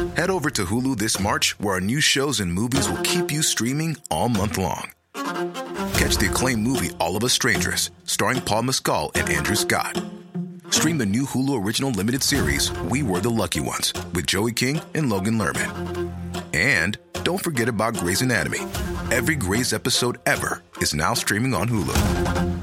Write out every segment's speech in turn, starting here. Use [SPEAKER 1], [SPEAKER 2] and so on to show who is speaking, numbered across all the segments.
[SPEAKER 1] Head over to Hulu this March, where our new shows and movies will keep you streaming all month long. Catch the acclaimed movie All of Us Strangers, starring Paul Mescal and Andrew Scott. Stream the new Hulu original limited series We Were the Lucky Ones with Joey King and Logan Lerman. And don't forget about Grey's Anatomy. Every Grey's episode ever is now streaming on Hulu.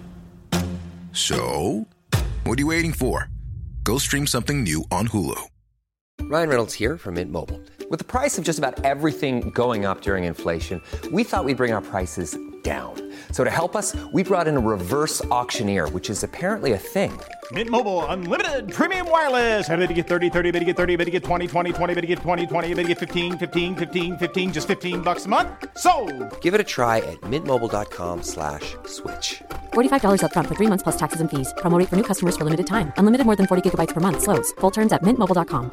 [SPEAKER 1] So, what are you waiting for? Go stream something new on Hulu.
[SPEAKER 2] Ryan Reynolds here from Mint Mobile. With the price of just about everything going up during inflation, we thought we'd bring our prices down. So to help us, we brought in a reverse auctioneer, which is apparently a thing.
[SPEAKER 3] Mint Mobile Unlimited Premium Wireless. How to get 30, 30, bit to get 30, bit to get 20, 20, 20, bit to get 20, 20, bit to get 15, 15, 15, 15, just $15 a month? Sold!
[SPEAKER 2] Give it a try at mintmobile.com/switch.
[SPEAKER 4] $45 up front for 3 months plus taxes and fees. Promo rate for new customers for limited time. Unlimited more than 40 gigabytes per month. Slows full terms at mintmobile.com.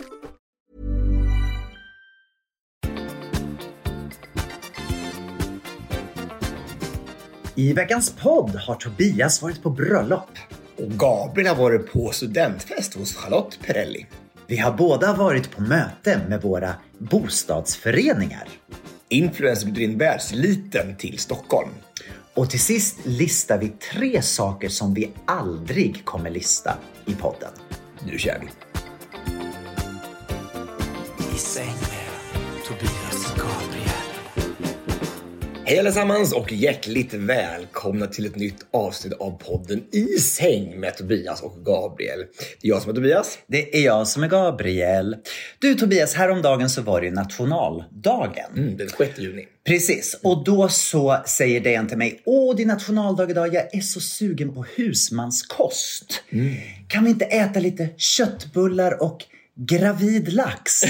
[SPEAKER 5] I veckans podd har Tobias varit på bröllop.
[SPEAKER 6] Och Gabriel har varit på studentfest hos Charlotte Perrelli.
[SPEAKER 5] Vi har båda varit på möte med våra bostadsföreningar.
[SPEAKER 6] Influencer bjuder in världseliten till Stockholm.
[SPEAKER 5] Och till sist listar vi 3 saker som vi aldrig kommer lista i podden.
[SPEAKER 6] Nu kör vi.
[SPEAKER 7] I säng med Tobias Gabriel.
[SPEAKER 6] Hej allesammans och hjärtligt välkomna till ett nytt avsnitt av podden I säng med Tobias och Gabriel. Det är jag som är Tobias.
[SPEAKER 5] Det är jag som är Gabriel. Du Tobias, häromdagen så var det nationaldagen.
[SPEAKER 6] Den 6 juni.
[SPEAKER 5] Precis, och då så säger Dejan till mig: åh, det är nationaldag idag, jag är så sugen på husmanskost. Kan vi inte äta lite köttbullar och gravid lax?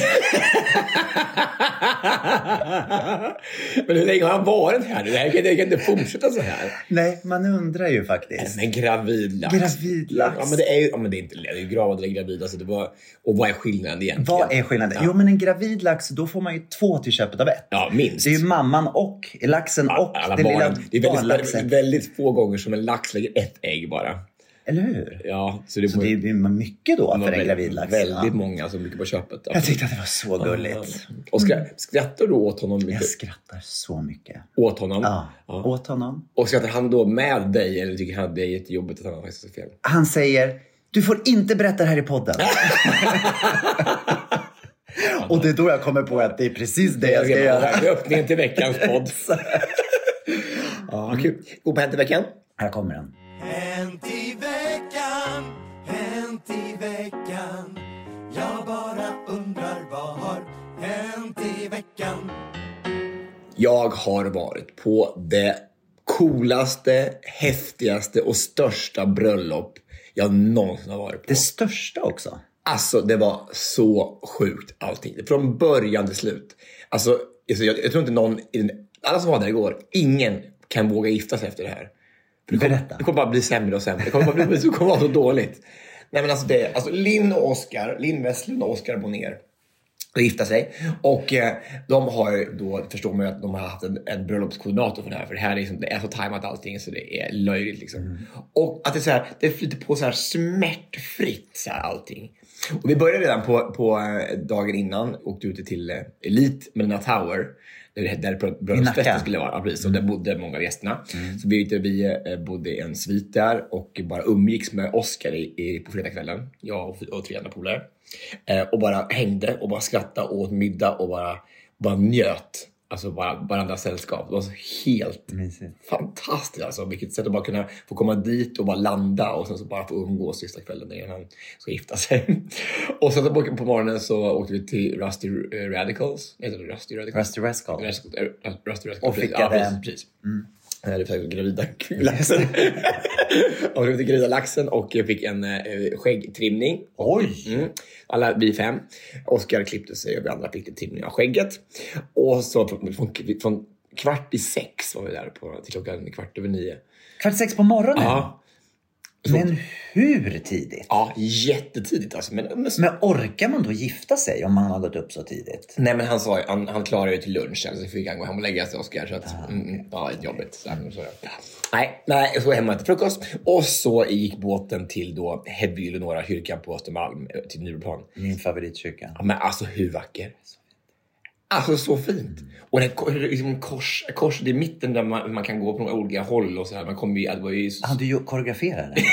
[SPEAKER 6] Men hur länge har han varit här? Det kan inte fortsätta så här.
[SPEAKER 5] Nej, man undrar ju faktiskt.
[SPEAKER 6] Men gravid lax.
[SPEAKER 5] Gravid lax.
[SPEAKER 6] Ja, men det är ju, men det är inte det. Det är ju gravid eller gravid. Alltså och vad är skillnaden egentligen?
[SPEAKER 5] Vad är skillnaden? Ja. Jo, men en gravid lax, då får man ju 2 till köpet av 1.
[SPEAKER 6] Ja, minst.
[SPEAKER 5] Det är ju mamman och laxen och den lilla barnlaxen.
[SPEAKER 6] Det är väldigt få gånger som en lax lägger 1 ägg bara.
[SPEAKER 5] Eller hur?
[SPEAKER 6] Ja, så
[SPEAKER 5] det är mycket då för en gravid lax.
[SPEAKER 6] Väldigt många som mycket på köpet.
[SPEAKER 5] Jag tyckte att det var så gulligt.
[SPEAKER 6] Och skrattar du åt honom mycket?
[SPEAKER 5] Jag skrattar så mycket.
[SPEAKER 6] Åt honom?
[SPEAKER 5] Ja, åt honom.
[SPEAKER 6] Och skrattar han då med dig eller tycker han det är jättejobbigt att han faktiskt är fel?
[SPEAKER 5] Han säger: du får inte berätta det här i podden. Och det är då jag kommer på att det är precis det jag ska göra.
[SPEAKER 6] Öppningen till veckans podd. Ja, kul. Gå på Hänt i veckan.
[SPEAKER 5] Här kommer den.
[SPEAKER 7] Hänt i veckan, hänt i veckan. Jag bara undrar vad har hänt i veckan.
[SPEAKER 6] Jag har varit på det coolaste, häftigaste och största bröllop jag någonsin har varit på.
[SPEAKER 5] Det största också?
[SPEAKER 6] Alltså, det var så sjukt allting. Från början till slut. Alltså, jag tror inte någon... Alla som var där igår, ingen kan våga gifta sig efter det här.
[SPEAKER 5] Berätta.
[SPEAKER 6] Det kommer bara bli sämre och sämre. Det kommer vara så dåligt. Nej, men alltså Linn Westlund och Oscar Bonnier gifta sig. Och de har då, förstår man ju att de har haft en bröllopskoordinator för det här. För det här är, liksom, det är så tajmat allting så det är löjligt liksom. Och att det är så här, det flyter på så här smärtfritt så här allting. Och vi började redan på dagen innan. Åkte ut till Elite Melina Tower. Där bröllopsfesten skulle vara. Ja, precis. Och där bodde många av gästerna. Så vi bodde i en svit där. Och bara umgicks med Oscar på fredagskvällen. Jag och 3 andra polare. Och bara hängde och bara skrattade och åt middag. Och bara njöt. Alltså bara andra sällskap. Det var så helt fantastiskt. Alltså, vilket sätt att bara kunna få komma dit och bara landa. Och sen så bara få umgås sista kvällen när han ska gifta sig. Och sen på morgonen så åkte vi till Rusty Radicals. Rusty Rascals.
[SPEAKER 5] Och fickade.
[SPEAKER 6] Precis. Det är gravida laxen. Och vi fick gravida laxen och jag fick en skäggtrimning.
[SPEAKER 5] Oj!
[SPEAKER 6] Alla vi 5. Oscar klippte sig och vi andra fick en trimning av skägget. Och så från 5:15 var vi där till klockan 5:15.
[SPEAKER 5] 5:15 på morgonen?
[SPEAKER 6] Ja.
[SPEAKER 5] Men hur tidigt?
[SPEAKER 6] Ja, jättetidigt alltså. Men
[SPEAKER 5] orkar man då gifta sig om man har gått upp så tidigt?
[SPEAKER 6] Nej, men han sa han klarade ju till lunch. Så fick han gå hem och lägga sig, Oscar. Så att, jobbigt. Nej, så hemma till frukost. Och så gick båten till då Hedvig Eleonora kyrkan på Östermalm till Nybroplan.
[SPEAKER 5] Min favoritkyrka.
[SPEAKER 6] Ja, men alltså hur vacker. Alltså så fint. Och det är liksom kors i mitten där man kan gå på några olika håll och så här. Man kommer ju
[SPEAKER 5] Han du koreograferar det.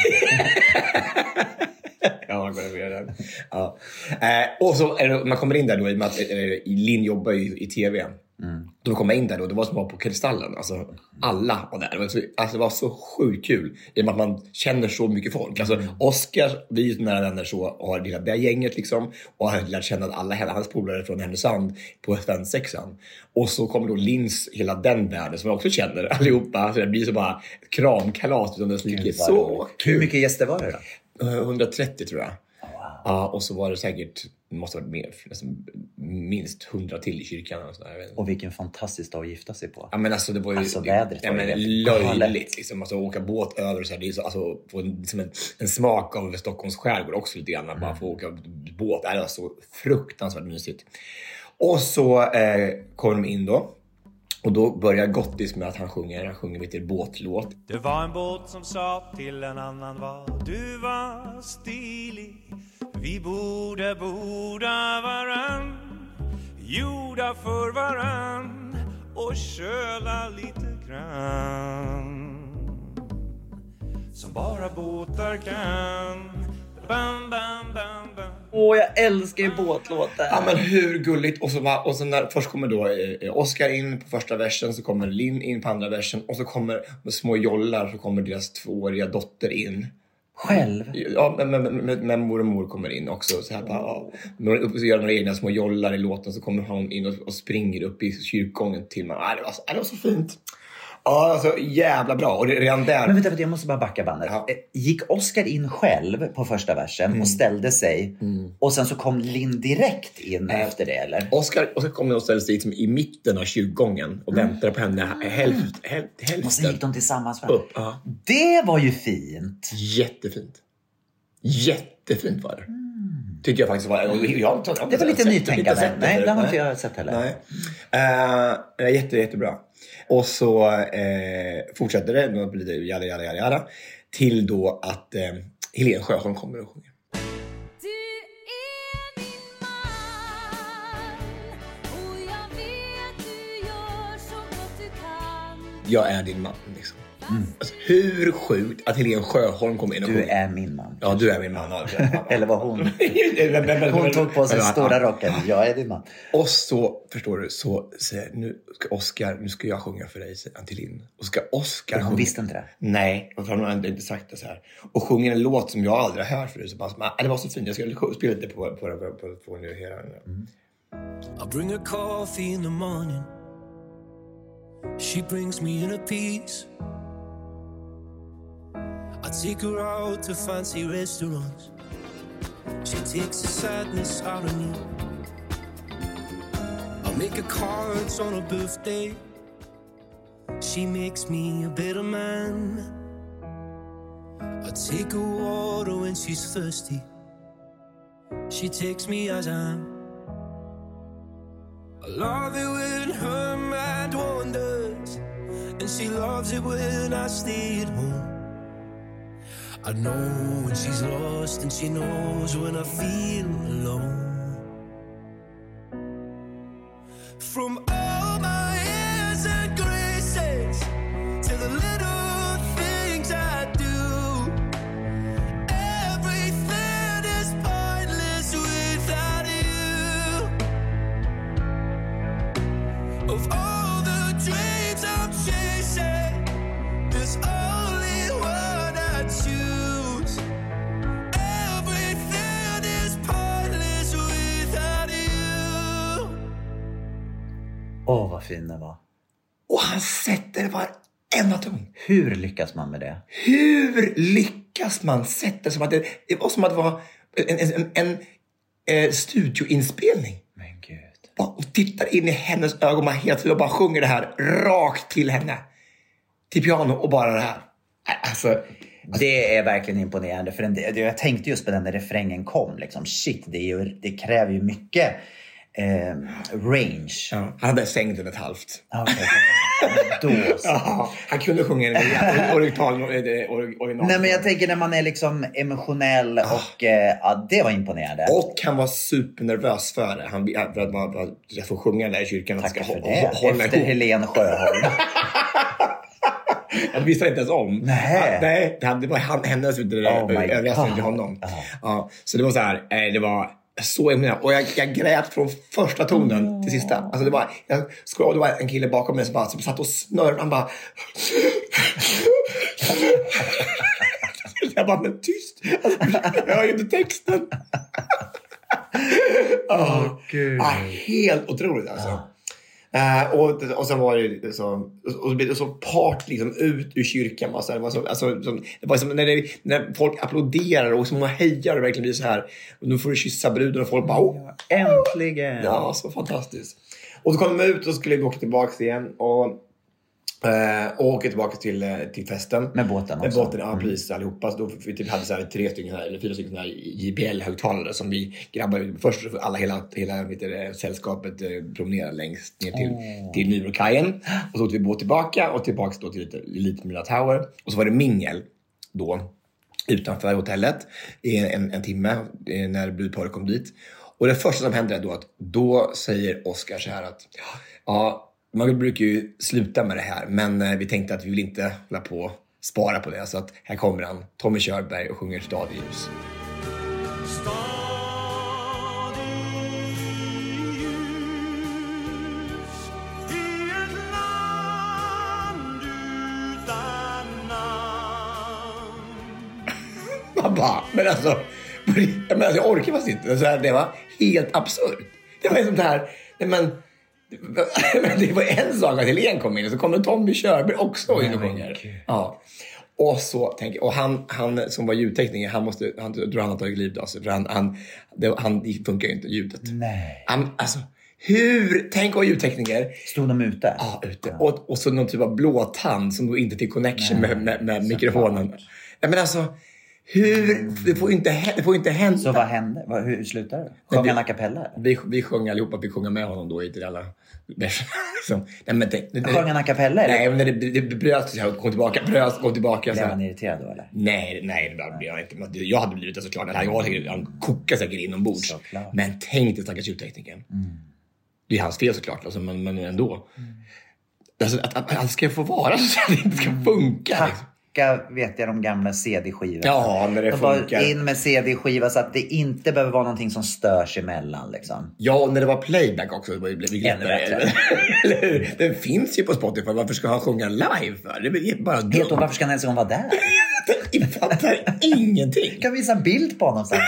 [SPEAKER 6] Ja, ja. Och så man kommer in där då i och med att Linn jobbar ju i tv. Då kom jag in där då, det var som var på Kristallen. Alltså alla var där. Det var så sjukt kul. I och med att man känner så mycket folk. Alltså Oscar, vi är nära vänner så, och har hela det gänget liksom. Och har lärt känna alla hans polare från Härnösand på svensexan. Och så kommer då Linns, hela den världen som jag också känner allihopa. Så det blir så bara kramkalas utan dess like. Så kul.
[SPEAKER 5] Hur mycket gäster var det då?
[SPEAKER 6] 130 tror jag.
[SPEAKER 5] Wow.
[SPEAKER 6] Ja, och så var det säkert, måste ha varit mer, minst 100 till i kyrkan. Och,
[SPEAKER 5] och vilken fantastisk dag att gifta sig på.
[SPEAKER 6] Ja, men alltså det var ju
[SPEAKER 5] vädret var
[SPEAKER 6] löjligt. Liksom, alltså, åka båt över och så här, det är så, alltså, få en smak av Stockholms skärgård också lite grann. Bara få åka båt, det var så fruktansvärt mysigt. Och så kommer de in då. Och då börjar Gottis med att han sjunger mitt i båtlåt.
[SPEAKER 7] Det var en båt som sa till en annan vad du var stilig. Vi borde varann, gjorda för varann och köla lite grann. Som bara båtar kan. Bam, bam, bam, bam.
[SPEAKER 5] Jag älskar ju båtlåtar.
[SPEAKER 6] Ja, men hur gulligt. Och så när först kommer då Oscar in på första versen, så kommer Linn in på andra versen, och så kommer med små jollar, så kommer deras 2-åriga dotter in.
[SPEAKER 5] Själv?
[SPEAKER 6] Ja, men mor kommer in också. Så här bara, så gör de egna små jollar i låten, så kommer han in och springer upp i kyrkogången till mig. Det var så fint. Ja, alltså jävla bra. Och redan där...
[SPEAKER 5] Men vänta, jag måste bara backa bandet. Ja. Gick Oscar in själv på första versen och ställde sig, och sen så kom Linn direkt in efter det, eller?
[SPEAKER 6] Oscar kom och ställde sig liksom i mitten av kyrkogången och väntade på henne hälften.
[SPEAKER 5] Och sen gick de tillsammans
[SPEAKER 6] upp.
[SPEAKER 5] Det var ju fint.
[SPEAKER 6] Jättefint var det. Tycker jag faktiskt var.
[SPEAKER 5] Det var lite nytänkande. Nej, det har inte jag sett heller.
[SPEAKER 6] Nej. Jättebra. Och så fortsätter det då blir det jada till då att Helen Sjöholm kommer och sjunger.
[SPEAKER 8] Du är min man och jag vet du gör så gott du kan.
[SPEAKER 6] Jag är din man liksom. Alltså, hur sjukt att Helen Sjöholm kom in och
[SPEAKER 5] du är min man.
[SPEAKER 6] Ja, du är min man.
[SPEAKER 5] Eller var hon tog på sig stora rocken. Jag är din man.
[SPEAKER 6] Och så, förstår du, så nu ska Oscar, nu ska jag sjunga för dig, säger han till Linn. Och ska Oscar
[SPEAKER 5] hon visste inte det?
[SPEAKER 6] Nej, och han hade inte sagt det så här. Och sjunger en låt som jag aldrig har hört förut. Så bara, det var så fint, jag skulle spela lite på nu hela.
[SPEAKER 9] I'll bring her coffee in the morning. She brings me in a piece. I take her out to fancy restaurants. She takes the sadness out of me. I'll make her cards on her birthday. She makes me a better man. I take her water when she's thirsty. She takes me as I am. I love it when her mind wanders, and she loves it when I stay at home. I know when she's lost, and she knows when I feel alone. From all my airs and graces to the little things I do, everything is pointless without you. Of all the dreams I'm chasing, there's only one I choose. Everything is pointless without you.
[SPEAKER 5] Vad fin det var.
[SPEAKER 6] Och han sätter varenda ton.
[SPEAKER 5] Hur lyckas man med det?
[SPEAKER 6] Hur lyckas man sätta som att det var som att det var en studioinspelning.
[SPEAKER 5] Men gud.
[SPEAKER 6] Och tittar in i hennes ögon helt och bara sjunger det här rakt till henne. Till piano och bara det här. Alltså,
[SPEAKER 5] Det är verkligen imponerande. För jag tänkte just på den när refrängen kom. Liksom. Shit, det kräver ju mycket range.
[SPEAKER 6] Ja, han hade sängt den ett halvt.
[SPEAKER 5] Då så.
[SPEAKER 6] Ja, han kunde sjunga en original.
[SPEAKER 5] Nej, men jag tänker när man är liksom emotionell och det var imponerande.
[SPEAKER 6] Och han var supernervös för det. För att få sjunga där i kyrkan.
[SPEAKER 5] Tack för det. Efter Helen Sjöholm.
[SPEAKER 6] Jag visste inte ens om. Nej, det var hennes överraskning till honom. Ja, så det var så här, det var så imponerande. Och jag grät från första tonen till sista. Alltså det var, det var en kille bakom mig som satt och snörde. Han bara... Jag bara, men tyst. Alltså, jag hör ju inte texten. Helt otroligt alltså. Och sen var det så part liksom ut ur kyrkan. Det var som när folk applåderar och som hejar och verkligen blir så här. Och nu får du kyssa bruden och folk bara
[SPEAKER 5] äntligen.
[SPEAKER 6] Ja, så fantastiskt. Och så kom de ut och skulle vi åka tillbaka igen och åka tillbaka till festen.
[SPEAKER 5] Med båten också.
[SPEAKER 6] Med båten, ja precis, allihopa. Så då vi typ hade så här 3 stycken eller 4 stycken JBL-högtalare som vi grabbar först hela sällskapet promenerade längst ner till Nybrokajen. Och så åkte vi båt tillbaka och tillbaka då till lite Mila Tower. Och så var det mingel då utanför hotellet i en timme när brudparet kom dit. Och det första som hände då att då säger Oscar så här att man brukar ju sluta med det här, men vi tänkte att vi vill inte hålla på spara på det. Så att här kommer han, Tommy Körberg, och sjunger Stad i ljus. Man bara, men alltså jag orkar fast inte. Så här, det var helt absurt. Det var sånt här, men det var en sak att Helen kom in och så kommer Tommy Körberg också in och sjunger. Ja. Och så tänker och han som var ljudtekniker, han tror han har tagit livet av sig för han funkar ju inte ljudet.
[SPEAKER 5] Nej.
[SPEAKER 6] Alltså tänk att vara ljudtekniker.
[SPEAKER 5] Stod de ute?
[SPEAKER 6] Ja, ute. Och så någon typ av blåtand som då inte fick connection med mikrofonen. Nej, men alltså det får inte hända.
[SPEAKER 5] Så vad hände? Hur slutade det? Sjöng han a cappella?
[SPEAKER 6] Vi sjöng allihopa, vi sjöng med honom då i till alla verser.
[SPEAKER 5] Sjöng han a cappella eller?
[SPEAKER 6] Nej, men det bröt sig och kom tillbaka.
[SPEAKER 5] Blev han irriterad då eller?
[SPEAKER 6] Nej, det blev jag inte. Jag hade blivit det såklart. Han kokade säkert inombords. Men tänk dig stackars ljudtekniken. Det är hans fel såklart, alltså, men ändå. Alltså, att allt ska få vara så att det inte ska funka.
[SPEAKER 5] Vet jag de gamla CD-skivorna.
[SPEAKER 6] Ja, när det funkar.
[SPEAKER 5] In med CD-skiva så att det inte behöver vara någonting som störs emellan liksom.
[SPEAKER 6] Ja, och när det var playback också det blev
[SPEAKER 5] ännu bättre.
[SPEAKER 6] Den finns ju på Spotify. Varför ska han sjunga live för? Det är bara dumt.
[SPEAKER 5] Helt och varför ska han ens vara där?
[SPEAKER 6] Jag fattar ingenting.
[SPEAKER 5] Kan visa bild på honom sen.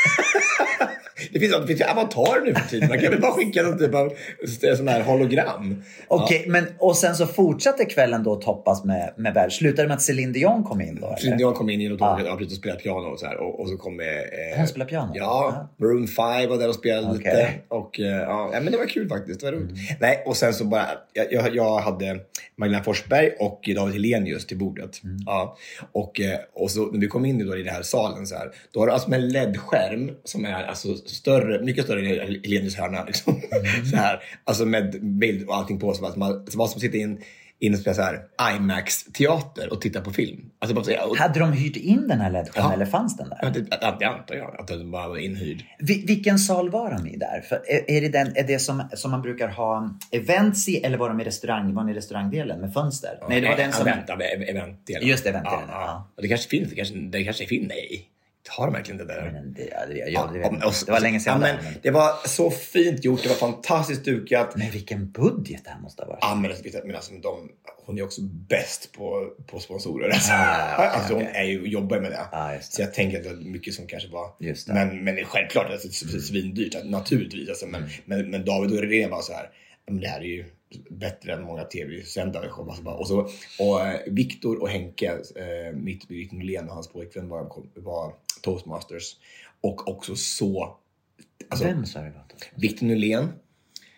[SPEAKER 6] Det finns ju avatar nu för tiden. Man kan väl bara skicka någon typ av sån här hologram.
[SPEAKER 5] Okej, men och sen så fortsatte kvällen då toppas med värld. Slutade med att Celine Dion kom in då?
[SPEAKER 6] Celine Dion kom in och tog och spelade piano och så här. Och så kom
[SPEAKER 5] hon spelade piano?
[SPEAKER 6] Ja, Maroon 5 var där och spelade lite. Och men det var kul faktiskt. Det var roligt. Nej, och sen så bara jag hade Magdalena Forsberg och David Hellenius till bordet. Ja. Och så när vi kom in då i den här salen så här, då har du alltså en LED-skärm som är alltså mycket större än Hellenius hörna liksom. Så här, alltså med bild och allting på så att man som sitter in en så här IMAX-teater och tittar på film. Alltså bara säga,
[SPEAKER 5] hade de hyrt in den här LED-skärmen eller fanns den där?
[SPEAKER 6] Jag antar att den bara var inhyrd.
[SPEAKER 5] Vilken sal var de i där? För är det som man brukar ha events i, eller var de i restaurang? Var de i restaurangdelen med fönster? Nej, det var den som
[SPEAKER 6] eventdelen.
[SPEAKER 5] Just eventdelen. Ja.
[SPEAKER 6] Och det kanske finns, det kanske finns. Nej. Har de verkligen det där?
[SPEAKER 5] Det var länge sedan.
[SPEAKER 6] Men det var så fint gjort. Det var fantastiskt dukat.
[SPEAKER 5] Men vilken budget det här måste ha varit.
[SPEAKER 6] Ja, men alltså, hon är också bäst på sponsorer. Alltså, hon jobbar med det. Så jag tänker att det var mycket som kanske var... Just det. Men det är självklart att det är svindyrt. Naturligtvis. Alltså, men David och Irene var så här... Men det här är ju bättre än många tv-sändare. Och Viktor och Henke, Victor Nylén och hans pojkvän var Toastmasters. Och också så... Alltså,
[SPEAKER 5] vem sa det?
[SPEAKER 6] Victor Nylén,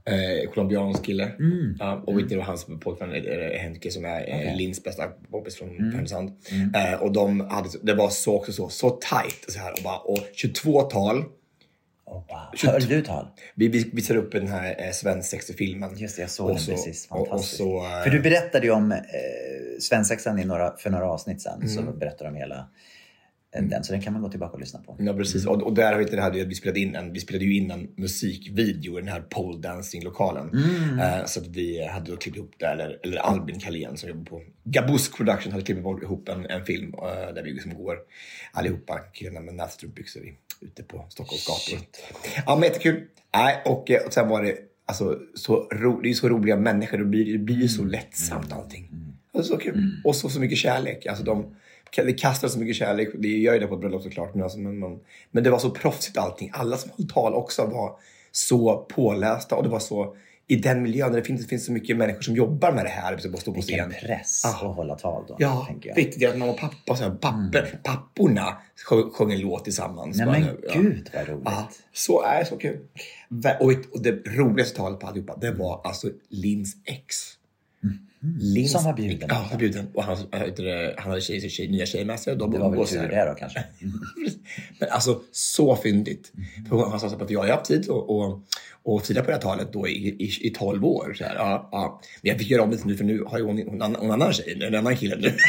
[SPEAKER 6] Colombiansk kille. Och inte hans pojkvän Henke som är Lins bästa kompis från Härnösand. Och de hade, det var så tajt så här, och 22-tal.
[SPEAKER 5] Wow. Hörde du tal?
[SPEAKER 6] Vi ser upp den här svensexefilmen.
[SPEAKER 5] Just det, jag såg den precis. Fantastiskt. För du berättade ju om svensexan för några avsnitt sedan. Så berättade de hela den. Så den kan man gå tillbaka och lyssna på.
[SPEAKER 6] Ja, precis. Och där har vi spelade ju in en musikvideo i den här pole dancing-lokalen. Så att vi hade då klippt ihop det. Eller Albin Kalén som jobbar på Gabusk Production hade klippt ihop en film där vi liksom går allihopa killarna med nätstrumpbyxor ute på Stockholms gator. Ja, men jättekul. Och sen var det alltså det är så roliga människor. Det blir ju så lättsamt allting. Det är så kul. Och så mycket kärlek. Alltså det kastar så mycket kärlek. Det gör ju det på ett bröllop såklart. Men det var så proffsigt allting. Alla som höll tal också var så pålästa. Och det var så i den miljön där det finns så mycket människor som jobbar med det här. Så bara stå på scen.
[SPEAKER 5] Vilken press att hålla tal då.
[SPEAKER 6] Ja, viktigt är att mamma och pappa så här, papporna sjöng en låt tillsammans.
[SPEAKER 5] Nej men gud vad roligt.
[SPEAKER 6] Så kul. Och det roligaste talet på allihopa, det var alltså Lins ex. Lins,
[SPEAKER 5] som var bjuden.
[SPEAKER 6] Ja, var bjuden. Och han hade nya tjejer med sig.
[SPEAKER 5] Det var väl tur det då kanske.
[SPEAKER 6] Men alltså, så fyndigt. För han sa att jag har haft tid och fira på det här talet då i 12 år. Så här, ja. Men jag fick göra om det nu, för nu har ju hon annan tjej, en annan kille nu.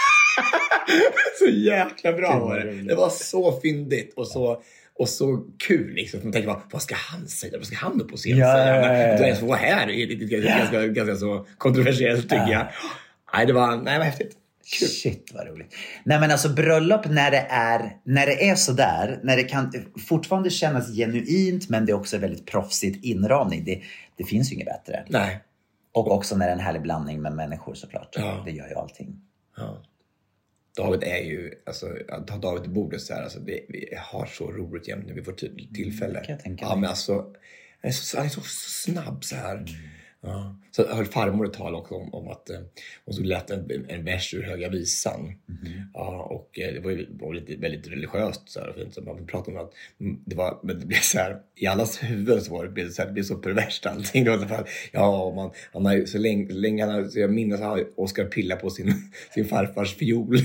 [SPEAKER 6] Så jäkla bra var det. Det var så fyndigt och så kul liksom. Man tänker bara, vad ska han säga? Vad ska han då på scen säga? Men då ens få vara här är ganska så kontroversiellt tycker jag. Nej, det var häftigt. Kul.
[SPEAKER 5] Shit vad roligt. Nej men alltså bröllop när det är så där, när det kan fortfarande kännas genuint men det är också väldigt proffsigt inramning. Det finns ju inget bättre.
[SPEAKER 6] Nej.
[SPEAKER 5] Och också när det är en härlig blandning med människor såklart. Ja. Det gör ju allting.
[SPEAKER 6] Ja. David är ju, alltså, att ha David i bordet så här, alltså, vi har så roligt jämt när vi får tillfälle.
[SPEAKER 5] Kan jag tänka
[SPEAKER 6] mig. Ja, men alltså, han är så snabb så här. Ja. Så jag höll farmor ett tal också om att hon så lätt en vers ur Höga visan. Ja, och det var ju väldigt religiöst så här, så man pratade om att det blev så här i allas huvuden så var det blev så perverst allting. Det var så här, ja, han har ju så länge så jag minns att Oskar pillar på sin farfars fiol.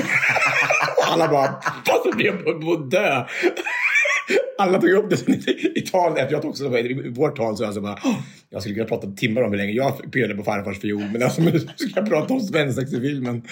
[SPEAKER 6] Alla bara fast det på dö. Alla tog upp det i talet. Jag tog också i vårt tal så alltså bara jag skulle kunna prata timmar om hur länge jag pillade på farfars fiol, men alltså nu ska jag prata om svensexefilmen.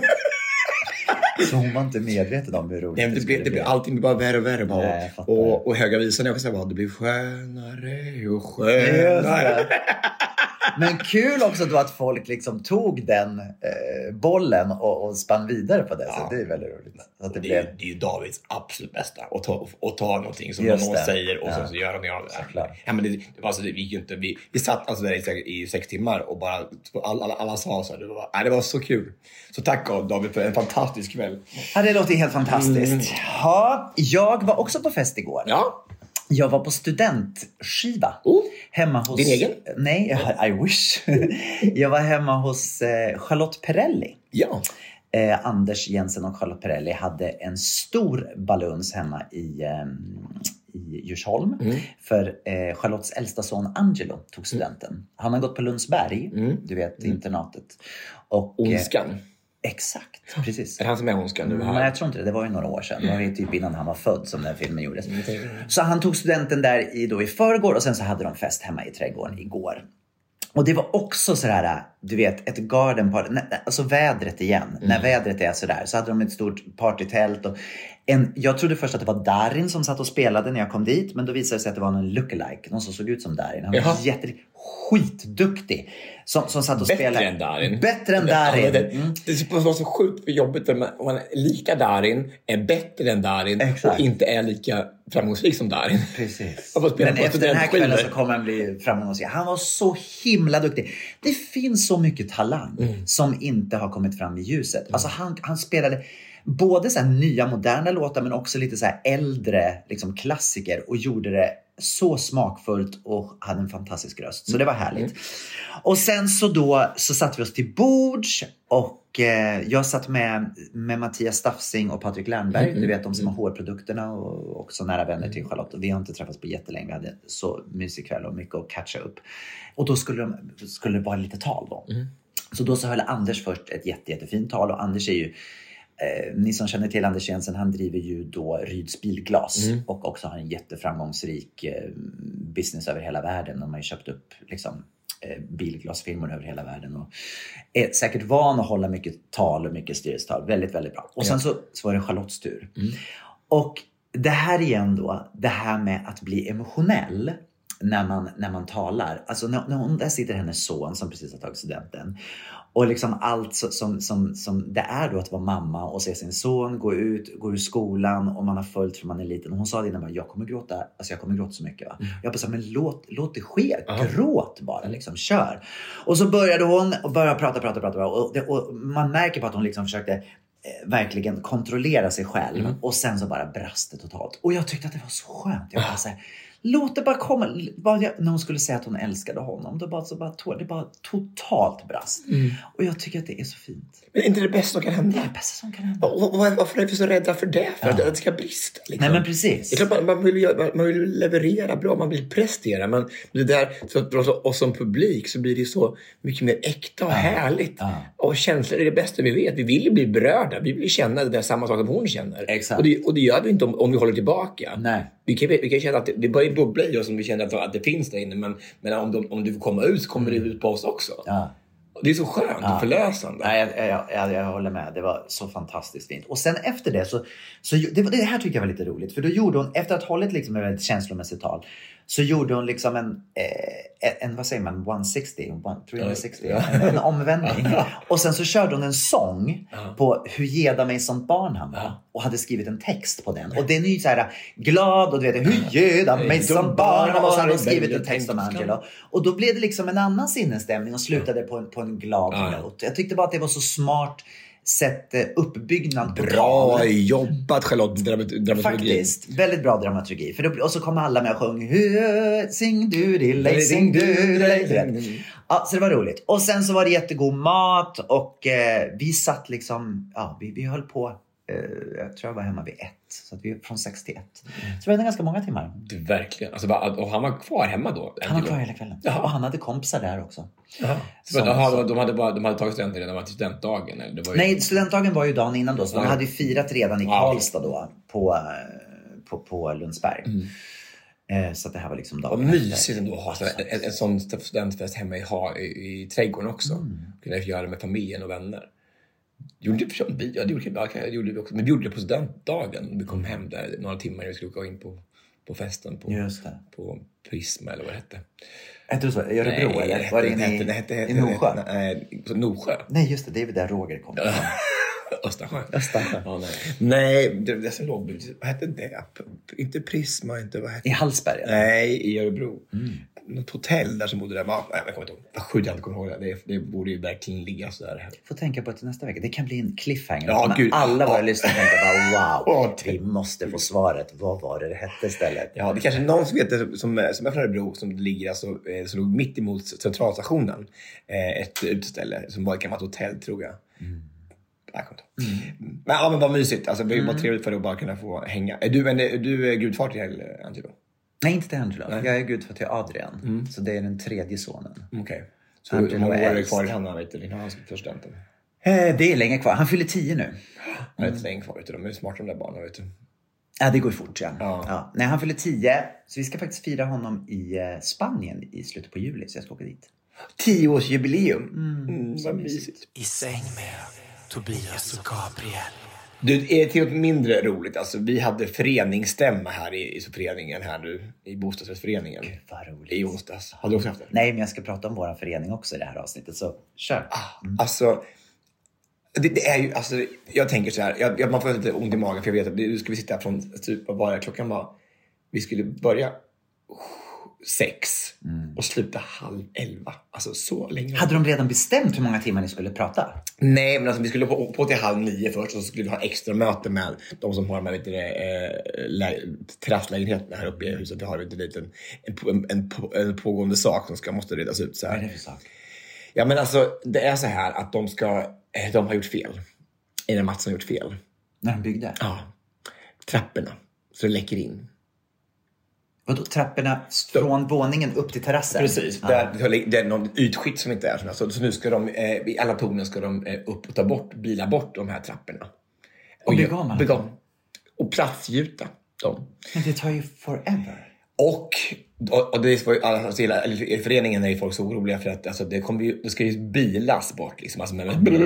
[SPEAKER 5] Så hon var inte medveten om hur roligt
[SPEAKER 6] det blev allting bara värre och värre bara. Nej, och Höga visan jag kan säga det blev skönare och skönare.
[SPEAKER 5] Men kul också då att folk liksom tog den bollen och spann vidare på det. Så det är väldigt roligt. Att
[SPEAKER 6] det är ju Davids absolut bästa. Att ta någonting som någon säger och så gör de av det. Ja, men det var alltså, det gick ju inte. Vi satt alltså där i 6 timmar och bara alla sa så här. Det var så kul. Så tack David för en fantastisk kväll.
[SPEAKER 5] Ja, det låter helt fantastiskt. Ja, jag var också på fest igår.
[SPEAKER 6] Ja.
[SPEAKER 5] Jag var på studentskiva. Hemma hos...
[SPEAKER 6] Din egen?
[SPEAKER 5] Nej, I wish. Jag var hemma hos Charlotte Perrelli.
[SPEAKER 6] Ja.
[SPEAKER 5] Anders Jensen och Charlotte Perrelli hade en stor baluns hemma i Djursholm. För Charlottes äldsta son Angelo tog studenten. Han har gått på Lundsberg, du vet, internatet. Och,
[SPEAKER 6] Ondskan.
[SPEAKER 5] Exakt, precis.
[SPEAKER 6] Är det han som är Ondskan nu här?
[SPEAKER 5] Nej, jag tror inte det. Det var ju några år sedan. Det var ju typ innan han var född som den filmen gjordes. Så han tog studenten där i förrgår och sen så hade de fest hemma i trädgården igår. Och det var också sådär, du vet, ett garden party. Alltså vädret igen. När vädret är sådär så hade de ett stort partytält. Och jag trodde först att det var Darin som satt och spelade när jag kom dit. Men då visade det sig att det var någon lookalike. Någon som såg ut som Darin. Han var skitduktig. Som satt och spelade. Bättre än Darin.
[SPEAKER 6] Det var så sjukt för jobbet. Man är lika Darin, är bättre än Darin.
[SPEAKER 5] Exakt.
[SPEAKER 6] Och inte är lika framgångsrik som Darin.
[SPEAKER 5] Precis. Men efter den här kvällen så kommer han bli framgångsrik. Han var så himla duktig. Det finns så mycket talang som inte har kommit fram i ljuset. Alltså han spelade både så här nya moderna låtar men också lite så här äldre liksom klassiker och gjorde det så smakfullt och hade en fantastisk röst. Så det var härligt. Och sen så satt vi oss till bords och jag satt med Mattias Staffsing och Patrik Lernberg. Du vet, de som har hårprodukterna och också nära vänner till Charlotte. Och vi har inte träffats på jättelänge. Vi hade så mysig kväll och mycket att catcha upp. Och då skulle det vara lite tal då. Så då så höll Anders först ett jättefint tal. Och Anders är ju, ni som känner till Anders Jensen, han driver ju då Ryds bilglas. Och också har en jätteframgångsrik business över hela världen. De har ju köpt upp liksom bilglasfirmor över hela världen och är säkert van att hålla mycket tal och mycket styrelsetal. Väldigt, väldigt bra. Och sen så var det Charlottes tur. Och det här igen då, det här med att bli emotionell när man talar. Alltså när hon, där sitter hennes son som precis har tagit studenten. Och liksom allt som det är då att vara mamma och se sin son gå ur skolan och man har följt från man är liten. Och hon sa det innan bara, jag kommer gråta så mycket va. Jag bara, men låt det ske. Gråt bara liksom, kör. Och så började hon och började prata och man märker på att hon liksom försökte verkligen kontrollera sig själv. Och sen så bara brast det totalt. Och jag tyckte att det var så skönt. Jag bara så här, låt det bara komma. När hon skulle säga att hon älskade honom, det bara totalt brast. Och jag tycker att det är så fint.
[SPEAKER 6] Men är inte det bästa som kan hända?
[SPEAKER 5] Det är det bästa som kan hända.
[SPEAKER 6] Varför är vi så rädda för det? För att det ska brista. Liksom.
[SPEAKER 5] Nej, men precis.
[SPEAKER 6] Det är klart, man vill leverera bra, man vill prestera. Men det där, och som publik så blir det så mycket mer äkta och härligt. Och känslor är det bästa vi vet. Vi vill ju bli berörda. Vi vill känna det där samma sak som hon känner.
[SPEAKER 5] Exakt.
[SPEAKER 6] Och det gör vi inte om vi håller tillbaka.
[SPEAKER 5] Nej.
[SPEAKER 6] Vi kan känna att det börjar bubbla i oss om vi känner att det finns där inne. Men om du får komma ut så kommer det ut på oss också. Ja. Det är så skönt och förlösande.
[SPEAKER 5] Nej, jag håller med. Det var så fantastiskt fint. Och sen efter det så det här tycker jag var lite roligt. För då gjorde hon, efter att ha hållit liksom ett väldigt känslomässigt tal, så gjorde hon liksom en vad säger man, 360, en omvändning. Och sen så körde hon en sång på hur geda mig som barn han var. Och hade skrivit en text på den. Och den är ju så här glad och du vet, hur geda mig som barn han var. Och så hade hon skrivit en text om Angelo. Och då blev det liksom en annan sinnesstämning och slutade på en glad not. Jag tyckte bara att det var så smart sätt uppbyggnad på
[SPEAKER 6] bra jobbat Charlotte, dramaturgi.
[SPEAKER 5] Faktiskt, väldigt bra dramaturgi. Och så kom alla med och sjöng sing du dig, sing du dig. Ja, så det var roligt. Och sen så var det jättegod mat och vi satt liksom, vi höll på. Jag tror jag var hemma vid 1. Så att vi från 6 till 1. Så det var ganska många timmar.
[SPEAKER 6] Det, verkligen. Alltså, och han var kvar hemma då?
[SPEAKER 5] Han var kvar hela kvällen. Jaha. Och han hade kompisar där också.
[SPEAKER 6] De hade tagit studenter redan till studentdagen? Eller? Det var ju...
[SPEAKER 5] Nej, studentdagen var ju dagen innan då. Så de hade ju firat redan i Karlstad då. På Lundsberg. Så att det här var liksom dagen.
[SPEAKER 6] Och mysigt ändå att ha en sån studentfest hemma i trädgården också. Kunna göra det med familjen och vänner. Gjorde det gjorde vi också. Men vi gjorde det på studentdagen. Vi kom hem där några timmar och vi skulle åka in på festen på Prisma eller vad det hette.
[SPEAKER 5] Hette du så? I Örebro eller? Var det hette i Norsjö?
[SPEAKER 6] Nej, Norsjö.
[SPEAKER 5] Nej, just det. Det är väl där Roger kom.
[SPEAKER 6] Östersjö.
[SPEAKER 5] Ja,
[SPEAKER 6] nej, det som låg. Vad hette det? Inte Prisma, inte vad hette.
[SPEAKER 5] I Hallsberg? Eller?
[SPEAKER 6] Nej, i Örebro. Något hotell där som bodde där. Jag kommer inte ihåg. Vad sjukt jag inte kommer ihåg det. Det borde ju verkligen ligga så där.
[SPEAKER 5] Får tänka på det till nästa vecka. Det kan bli en cliffhanger. Alla våra lyssnare tänker bara wow. Vi måste få svaret. Vad var det hette stället?
[SPEAKER 6] Ja, det är kanske någon som vet det, som är från Örebro, som ligger alltså, som låg mitt emot centralstationen. Ett utställe som var ett hotell, tror jag. Men vad mysigt. Alltså, det var trevligt för att bara kunna få hänga. Är du gudfar till Angelo?
[SPEAKER 5] Nej, inte till Angelo. Nej. Jag är gudfar till Adrian. Så det är den tredje sonen.
[SPEAKER 6] Okej. Så hur många år är det kvar i Hanna? Innan han ska ta studenten?
[SPEAKER 5] Det är länge kvar. Han fyller 10 nu.
[SPEAKER 6] Det är inte länge kvar. De är smarta de där barnen, vet du.
[SPEAKER 5] Ja, det går fort, ja. Nej, han fyller 10. Så vi ska faktiskt fira honom i Spanien i slutet på juli. Så jag ska åka dit.
[SPEAKER 6] 10-årsjubileum. Vad mysigt.
[SPEAKER 9] I säng med Tobias och Gabriel.
[SPEAKER 6] Det är till något mindre roligt. Alltså, vi hade föreningsstämma här i föreningen här nu. I bostadsrättsföreningen.
[SPEAKER 5] Gud, vad roligt.
[SPEAKER 6] I onsdags. Hade du också haft det?
[SPEAKER 5] Nej, men jag ska prata om vår förening också i det här avsnittet. Så kör.
[SPEAKER 6] Alltså, det är ju, alltså, jag tänker så här. Man får lite ont i magen för jag vet att nu ska vi sitta från typ vad klockan var. Vi skulle börja 6. och sluta 10:30. Alltså så länge.
[SPEAKER 5] Hade de redan bestämt hur många timmar ni skulle prata?
[SPEAKER 6] Nej, men alltså vi skulle på till 8:30 först, och så skulle vi ha extra möte med de som har de här terrasslägenheterna här uppe i huset. Vi har en pågående sak som måste redas ut så här.
[SPEAKER 5] Vad är det för sak?
[SPEAKER 6] Ja, men alltså det är så här att de har gjort fel. Är det Mats som har gjort fel?
[SPEAKER 5] När de byggde?
[SPEAKER 6] Ja. Trapporna. Så det läcker in.
[SPEAKER 5] Vadå, trapporna från våningen upp till terrassen?
[SPEAKER 6] Precis, det är någon ytskikt som inte är så nu ska de, i alla tornen ska de upp och bila bort de här trapporna.
[SPEAKER 5] Och bygga om?
[SPEAKER 6] Och platsgjuta dem.
[SPEAKER 5] Men det tar ju forever.
[SPEAKER 6] Och det var ju, alltså, i föreningen är ju folk så oroliga för att alltså, det ska ju bilas bort liksom, alltså,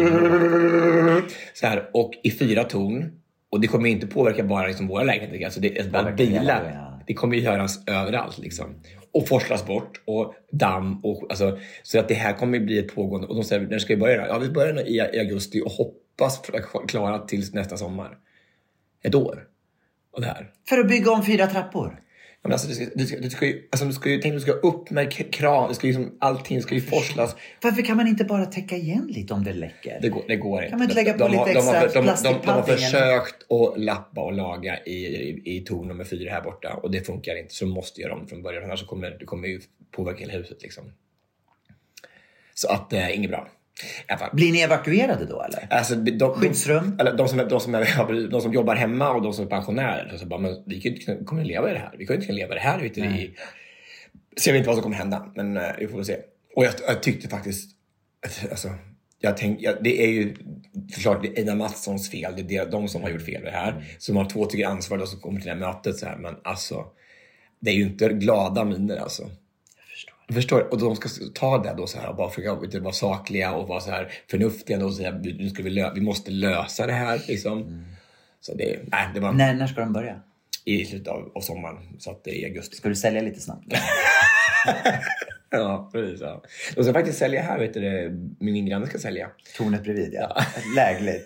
[SPEAKER 6] så här, och i 4 torn. Och det kommer inte påverka bara liksom våra lägenheter. Alltså det är bara bilar. Det kommer ju göras överallt liksom. Och forslas bort. Och damm. Och, alltså, så att det här kommer bli ett pågående. Och de säger, när ska vi börja? Ja, vi börjar i augusti. Och hoppas klara till nästa sommar. Ett år. Och det här.
[SPEAKER 5] För att bygga om 4 trappor?
[SPEAKER 6] Ja, men alltså, du ska upp med kran. Allting ska ju forslas.
[SPEAKER 5] Varför kan man inte bara täcka igen lite om det läcker?
[SPEAKER 6] Det går inte.
[SPEAKER 5] Kan man inte lägga på lite extra plastikpadding?
[SPEAKER 6] De har försökt att lappa och laga i torn nummer 4 här borta. Och det funkar inte. Så de måste göra om från början. Annars kommer ju påverka hela huset liksom. Så att det är inget bra.
[SPEAKER 5] Blir ni evakuerade då eller?
[SPEAKER 6] Alltså, skyddsrum? De som jobbar hemma och de som är pensionärer. Så bara, men vi kan inte kunna leva i det här. Vi kan inte leva i det här. Ser vi inte vad som kommer hända. Men vi får se. Och jag tyckte faktiskt... Alltså, det är ju förklart det är Einar Mattssons fel. Det är de som har gjort fel det här. Som har 2 tycker ansvar då, som kommer till det här mötet. Så här. Men alltså, det är ju inte glada miner alltså. Förstår. Och de ska ta det då så här och bara försöka vara sakliga och vara så här förnuftiga och säga nu ska vi måste lösa det här liksom. Så det var
[SPEAKER 5] när ska de börja?
[SPEAKER 6] I slutet av sommaren, så att det är i augusti.
[SPEAKER 5] Ska du sälja lite snabbt?
[SPEAKER 6] Ja, precis. Ja. De ska faktiskt sälja här, vet du, min granne ska sälja.
[SPEAKER 5] Tornet bredvid, ja. Lägligt.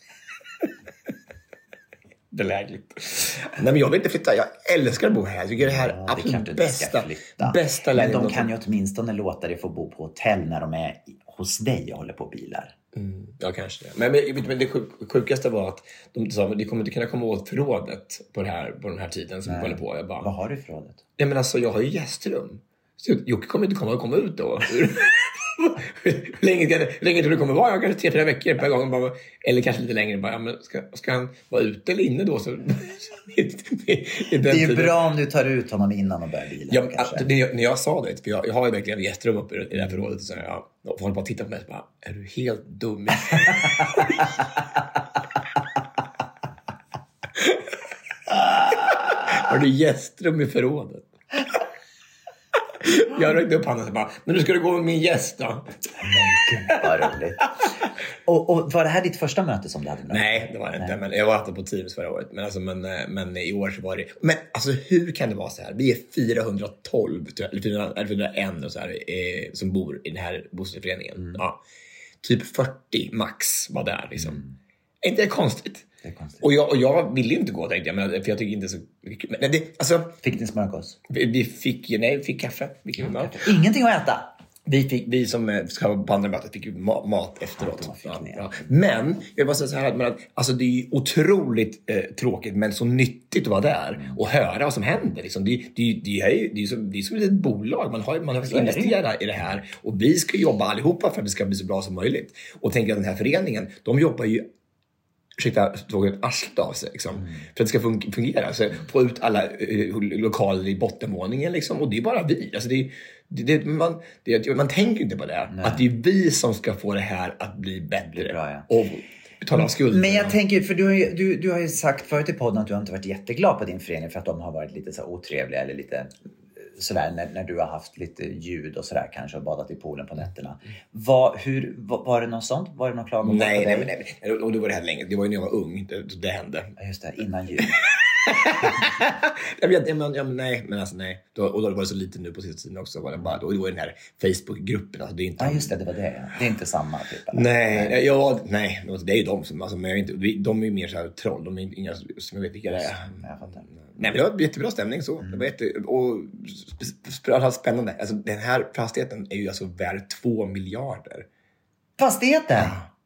[SPEAKER 6] Det är lägligt. Nej, men jag vill inte flytta. Jag älskar att bo här. Jag tycker det här är absolut bästa lägenheten.
[SPEAKER 5] Men de kan ju åtminstone låta dig få bo på hotell när de är hos dig och håller på bilar.
[SPEAKER 6] Ja, kanske det. Men det sjukaste var att de sa att de kommer inte kunna komma åt förrådet på den här tiden som vi håller på. Jag bara,
[SPEAKER 5] vad har du i förrådet?
[SPEAKER 6] Nej, men alltså jag har ju gästrum. Så Jocke kommer inte komma ut då. Hur länge tror du kommer vara? Jag kanske 3-4 veckor per gång. Bara, eller kanske lite längre. Bara, men ska han vara ute eller inne då? Så,
[SPEAKER 5] det är ju bra om du tar ut honom innan och börjar bilen.
[SPEAKER 6] När jag sa det, för jag har ju verkligen gästrum uppe i det här förrådet. Så jag får bara titta på mig och bara, är du helt dum? Har du gästrum i förrådet? Jag rökte upp handen och bara, men nu ska du gå med min gäst då.
[SPEAKER 5] Men gud, vad roligt. Och var det här ditt första möte som du hade med?
[SPEAKER 6] Nej, det var det inte. Men jag var alltid på Teams förra året. Men i år så var det... Men alltså hur kan det vara så här? Vi är 412, eller 401 och så här, som bor i den här bostadsföreningen. Ja. Typ 40 max var där liksom. Är inte det konstigt? Det är konstigt. Och jag ville ju inte gå, tänkte jag, för jag tycker inte så mycket. Men det, alltså,
[SPEAKER 5] fick ni smörgås?
[SPEAKER 6] Vi fick kaffe.
[SPEAKER 5] Ingenting att äta?
[SPEAKER 6] Vi som ska på andra mötet fick ju mat efteråt. Ja. Men jag vill bara säga så här att alltså, det är otroligt tråkigt men så nyttigt att vara där och höra vad som händer. Liksom. Det är som ett bolag. Man har investerat i det här och vi ska jobba allihopa för att det ska bli så bra som möjligt. Och tänker att den här föreningen, de jobbar ju tåget arslet av sig liksom, för att det ska fungera. Så få ut alla lokaler i bottenvåningen liksom, och det är bara vi. Alltså man tänker inte på det. Nej. Att det är vi som ska få det här att bli bättre. Bra, ja. Och betala skulden.
[SPEAKER 5] Men jag tänker, för du har ju sagt förut i podden att du har inte varit jätteglad på din förening för att de har varit lite så otrevliga eller lite sådär när du har haft lite ljud och sådär kanske och badat i poolen på nätterna. Var det något sånt? Var det något klagomål?
[SPEAKER 6] Nej. Och det var det här länge. Det var ju när jag var ung det hände.
[SPEAKER 5] Just det, innan jul.
[SPEAKER 6] Nej. Och då var det så lite nu på sista tiden också. Var det bara, då var den här Facebook-gruppen. Alltså, det är inte
[SPEAKER 5] just det var det. Det är inte samma typ.
[SPEAKER 6] Nej, det är ju de som... Alltså, men de är ju mer så här troll. De är inga som jag vet vilka det är. Nej, men det var jättebra stämning så. Det var spännande. Alltså, den här fastigheten är ju alltså värd 2 miljarder.
[SPEAKER 5] Fastigheten?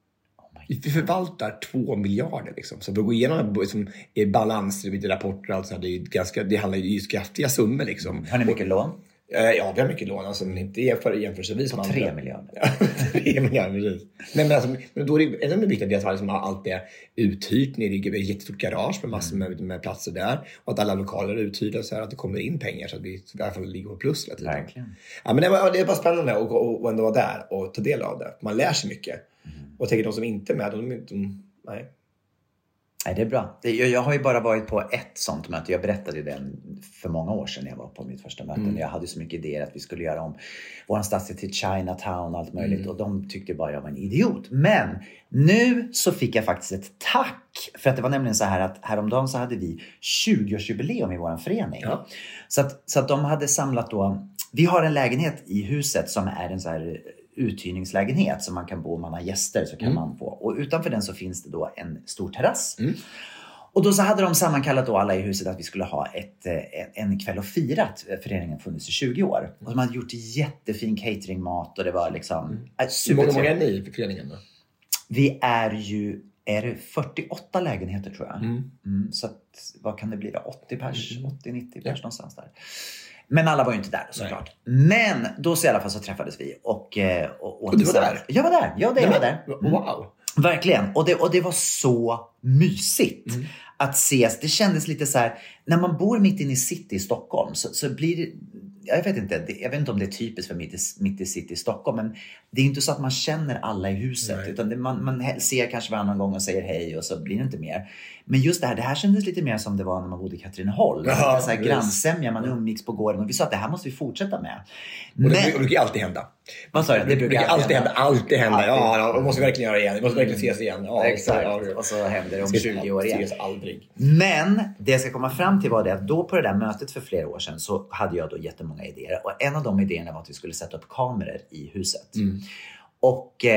[SPEAKER 6] Vi förvaltar 2 miljarder liksom. Så för att gå igenom liksom, balanser, lite rapporter och allt sånt, det handlar ju kraftiga summor liksom.
[SPEAKER 5] Har ni mycket lån?
[SPEAKER 6] Ja, vi har mycket lån, alltså, men inte jämförelsevis.
[SPEAKER 5] På 3 miljarder.
[SPEAKER 6] Ja, 3 miljarder, precis. Nej, men då är det ännu viktigt att liksom, allt är uthyrt. Det är ett jättestort garage med massor med platser där. Och att alla lokaler är uthyrda så här att det kommer in pengar så att vi i alla fall ligger på plus hela tiden.
[SPEAKER 5] Verkligen.
[SPEAKER 6] Ja, men det är bara spännande att ändå vara där och ta del av det. Man lär sig mycket. Och tänker de som inte är med, nej.
[SPEAKER 5] Nej, det är bra. Jag har ju bara varit på ett sånt möte. Jag berättade ju det för många år sedan när jag var på mitt första möte. Jag hade så mycket idéer att vi skulle göra om vår stadsdel till Chinatown och allt möjligt. Och de tyckte bara jag var en idiot. Men nu så fick jag faktiskt ett tack. För att det var nämligen så här att häromdagen så hade vi 20-årsjubileum i vår förening. Ja. Så att de hade samlat då... Vi har en lägenhet i huset som är en så här... uthyrningslägenhet som man kan bo om man har gäster så kan man få. Och utanför den så finns det då en stor terrass. Och då så hade de sammankallat då alla i huset att vi skulle ha en kväll och firat. Föreningen funnits i 20 år. Och de hade gjort jättefin cateringmat och det var liksom
[SPEAKER 6] Hur många är ni för föreningen då?
[SPEAKER 5] Vi är ju 48 lägenheter tror jag. Så att, vad kan det bli då? 80 pers, 80-90 pers någonstans där. Men alla var ju inte där såklart. Men då så i alla fall så träffades vi. Och
[SPEAKER 6] du var där?
[SPEAKER 5] Jag var där. Jag var där.
[SPEAKER 6] Wow.
[SPEAKER 5] Verkligen. Och det var så mysigt att ses. Det kändes lite så här. När man bor mitt inne i city i Stockholm så blir det... Jag vet inte om det är typiskt för mitt i city i Stockholm. Men det är inte så att man känner alla i huset. Nej. Utan man ser kanske varannan gång och säger hej och så blir det inte mer. Men just det här kändes lite mer som det var när man bodde i Katrineholm. Ja, så här grannsämja, man umgicks på gården. Och vi sa att det här måste vi fortsätta med.
[SPEAKER 6] Och det brukar alltid hända.
[SPEAKER 5] Vad sa jag? Det brukar
[SPEAKER 6] alltid hända. Ja, det måste vi verkligen göra igen. Vi måste verkligen ses igen. Ja,
[SPEAKER 5] exakt. Och så händer det om 20 år igen.
[SPEAKER 6] Ses aldrig.
[SPEAKER 5] Men det jag ska komma fram till var det att då på det där mötet för flera år sedan så hade jag då jättemånga idéer. Och en av de idéerna var att vi skulle sätta upp kameror i huset. Och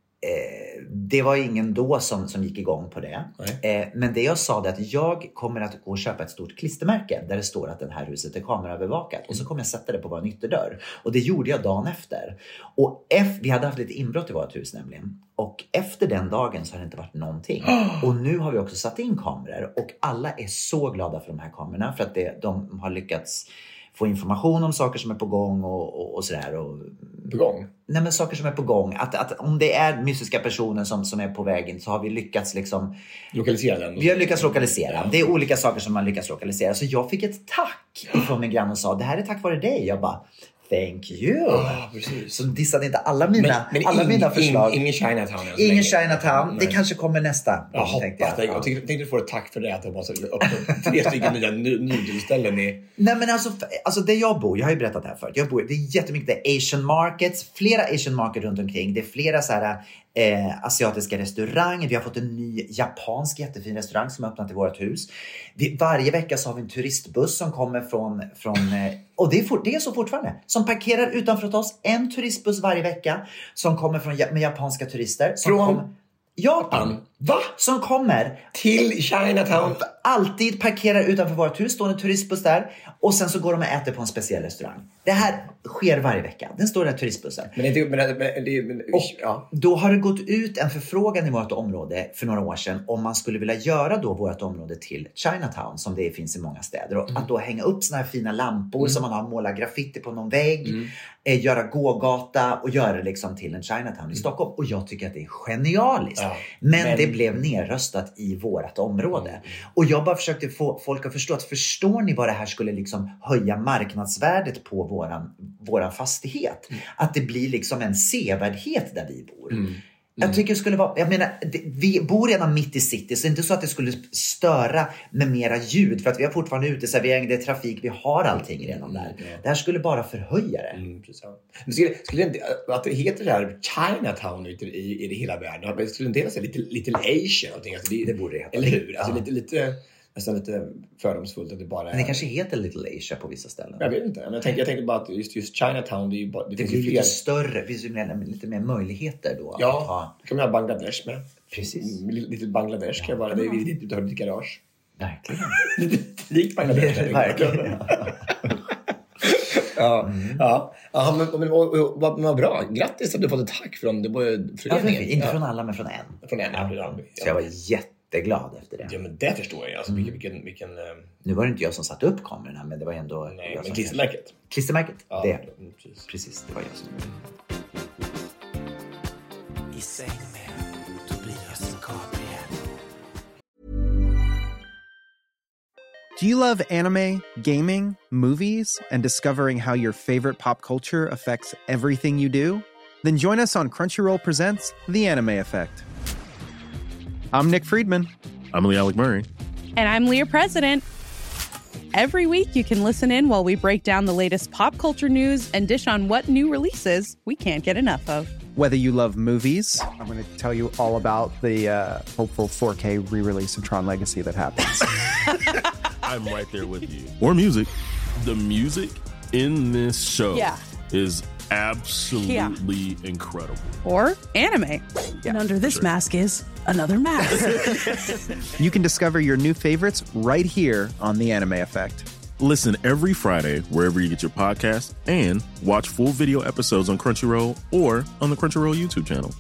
[SPEAKER 5] det var ingen då som gick igång på det. Men det jag sa är att jag kommer att gå och köpa ett stort klistermärke där det står att det här huset är kameraövervakat. Och så kommer jag sätta det på vår ytterdörr. Och det gjorde jag dagen efter. Och vi hade haft lite inbrott i vårt hus nämligen. Och efter den dagen så har det inte varit någonting. Och nu har vi också satt in kameror. Och alla är så glada för de här kamerorna. För att de har lyckats få information om saker som är på gång och sådär.
[SPEAKER 6] På gång?
[SPEAKER 5] Nej, men saker som är på gång. Att om det är mystiska personer som är på vägen så har vi lyckats liksom...
[SPEAKER 6] Lokalisera den?
[SPEAKER 5] Vi har lyckats lokalisera. Ja. Det är olika saker som man lyckas lokalisera. Så jag fick ett tack från min grann och sa, det här är tack vare dig. Jag bara... Thank you. Så dissade inte alla mina förslag.
[SPEAKER 6] Ingen Chinatown.
[SPEAKER 5] Ingen Chinatown. Det kanske kommer nästa.
[SPEAKER 6] Jag hoppas. Jag tänkte du får ett tack för det. Att det var så öppet 3 stycken nya nudelställen i...
[SPEAKER 5] Nej, men alltså där jag bor. Jag har ju berättat det här förut. Det är jättemycket Asian markets. Flera Asian markets runt omkring. Det är flera så här... asiatiska restauranger. Vi har fått en ny japansk jättefin restaurang som har öppnat i vårt hus. Varje vecka så har vi en turistbuss som kommer från och det är så fortfarande. Som parkerar utanför oss. En turistbuss varje vecka som kommer med japanska turister.
[SPEAKER 6] Från Japan? Va?
[SPEAKER 5] Som kommer
[SPEAKER 6] till Chinatown.
[SPEAKER 5] Alltid parkerar utanför vårt hus. Står en turistbuss där. Och sen så går de och äter på en speciell restaurang. Det här sker varje vecka. Den står där turistbussen. Då har det gått ut en förfrågan i vårt område för några år sedan. Om man skulle vilja göra då vårt område till Chinatown. Som det finns i många städer. Och att då hänga upp såna här fina lampor. Som man har målat graffiti på någon vägg. Göra gågata. Och göra det liksom till en Chinatown i Stockholm. Och jag tycker att det är genialiskt. Ja. Men det blev nerröstat i vårt område. Och jag bara försökte få folk att förstå att förstår ni vad det här skulle liksom höja marknadsvärdet på våran fastighet? Att det blir liksom en sevärdhet där vi bor. Jag tycker det skulle vara, jag menar, vi bor redan mitt i city så det är inte så att det skulle störa med mera ljud för att vi har fortfarande uteservering, det är trafik, vi har allting redan där. Det här skulle bara förhöja det.
[SPEAKER 6] Skulle inte, att det heter det här Chinatown i hela världen, skulle inte det säga Little Asia någonting? Alltså
[SPEAKER 5] det borde det heta.
[SPEAKER 6] Eller hur? Alltså lite nästan lite fördomsfullt att det bara är...
[SPEAKER 5] Men det kanske heter Little Asia på vissa ställen.
[SPEAKER 6] Jag vet inte. Men jag tänker bara att just Chinatown, det är ju bara...
[SPEAKER 5] Det blir lite större, det finns ju lite mer möjligheter då.
[SPEAKER 6] Ja, då kan man ha Bangladesh med.
[SPEAKER 5] Precis.
[SPEAKER 6] Lite Bangladesh kan vara. Det är lite utanför ditt garage.
[SPEAKER 5] Verkligen.
[SPEAKER 6] Lite rikt Bangladesh.
[SPEAKER 5] Verkligen.
[SPEAKER 6] Ja, men vad bra. Grattis att du fått ett tack från föreningen.
[SPEAKER 5] Inte från alla, men från en.
[SPEAKER 6] Från en,
[SPEAKER 5] Så jag var jätteglad efter det.
[SPEAKER 6] Ja, men det förstår jag. Alltså, vilken...
[SPEAKER 5] Nu var det inte jag som satte upp kamerorna, men det var ändå...
[SPEAKER 6] Nej, men klistermärket.
[SPEAKER 5] Klistermärket,
[SPEAKER 6] ja,
[SPEAKER 5] det. Precis, det var jag som...
[SPEAKER 9] I säng med Tobias Gabriel.
[SPEAKER 10] Do you love anime, gaming, movies, and discovering how your favorite pop culture affects everything you do? Then join us on Crunchyroll Presents The Anime Effect. I'm Nick Friedman.
[SPEAKER 11] I'm Lee Alec Murray.
[SPEAKER 12] And I'm Leah President. Every week you can listen in while we break down the latest pop culture news and dish on what new releases we can't get enough of.
[SPEAKER 10] Whether you love movies, I'm going to tell you all about the hopeful 4K re-release of Tron Legacy that happens.
[SPEAKER 11] I'm right there with you. Or music. The music in this show is absolutely incredible.
[SPEAKER 12] Or anime.
[SPEAKER 13] And under this mask is another mask.
[SPEAKER 10] You can discover your new favorites right here on The Anime Effect.
[SPEAKER 11] Listen every Friday wherever you get your podcast and watch full video episodes on Crunchyroll or on the Crunchyroll YouTube channel.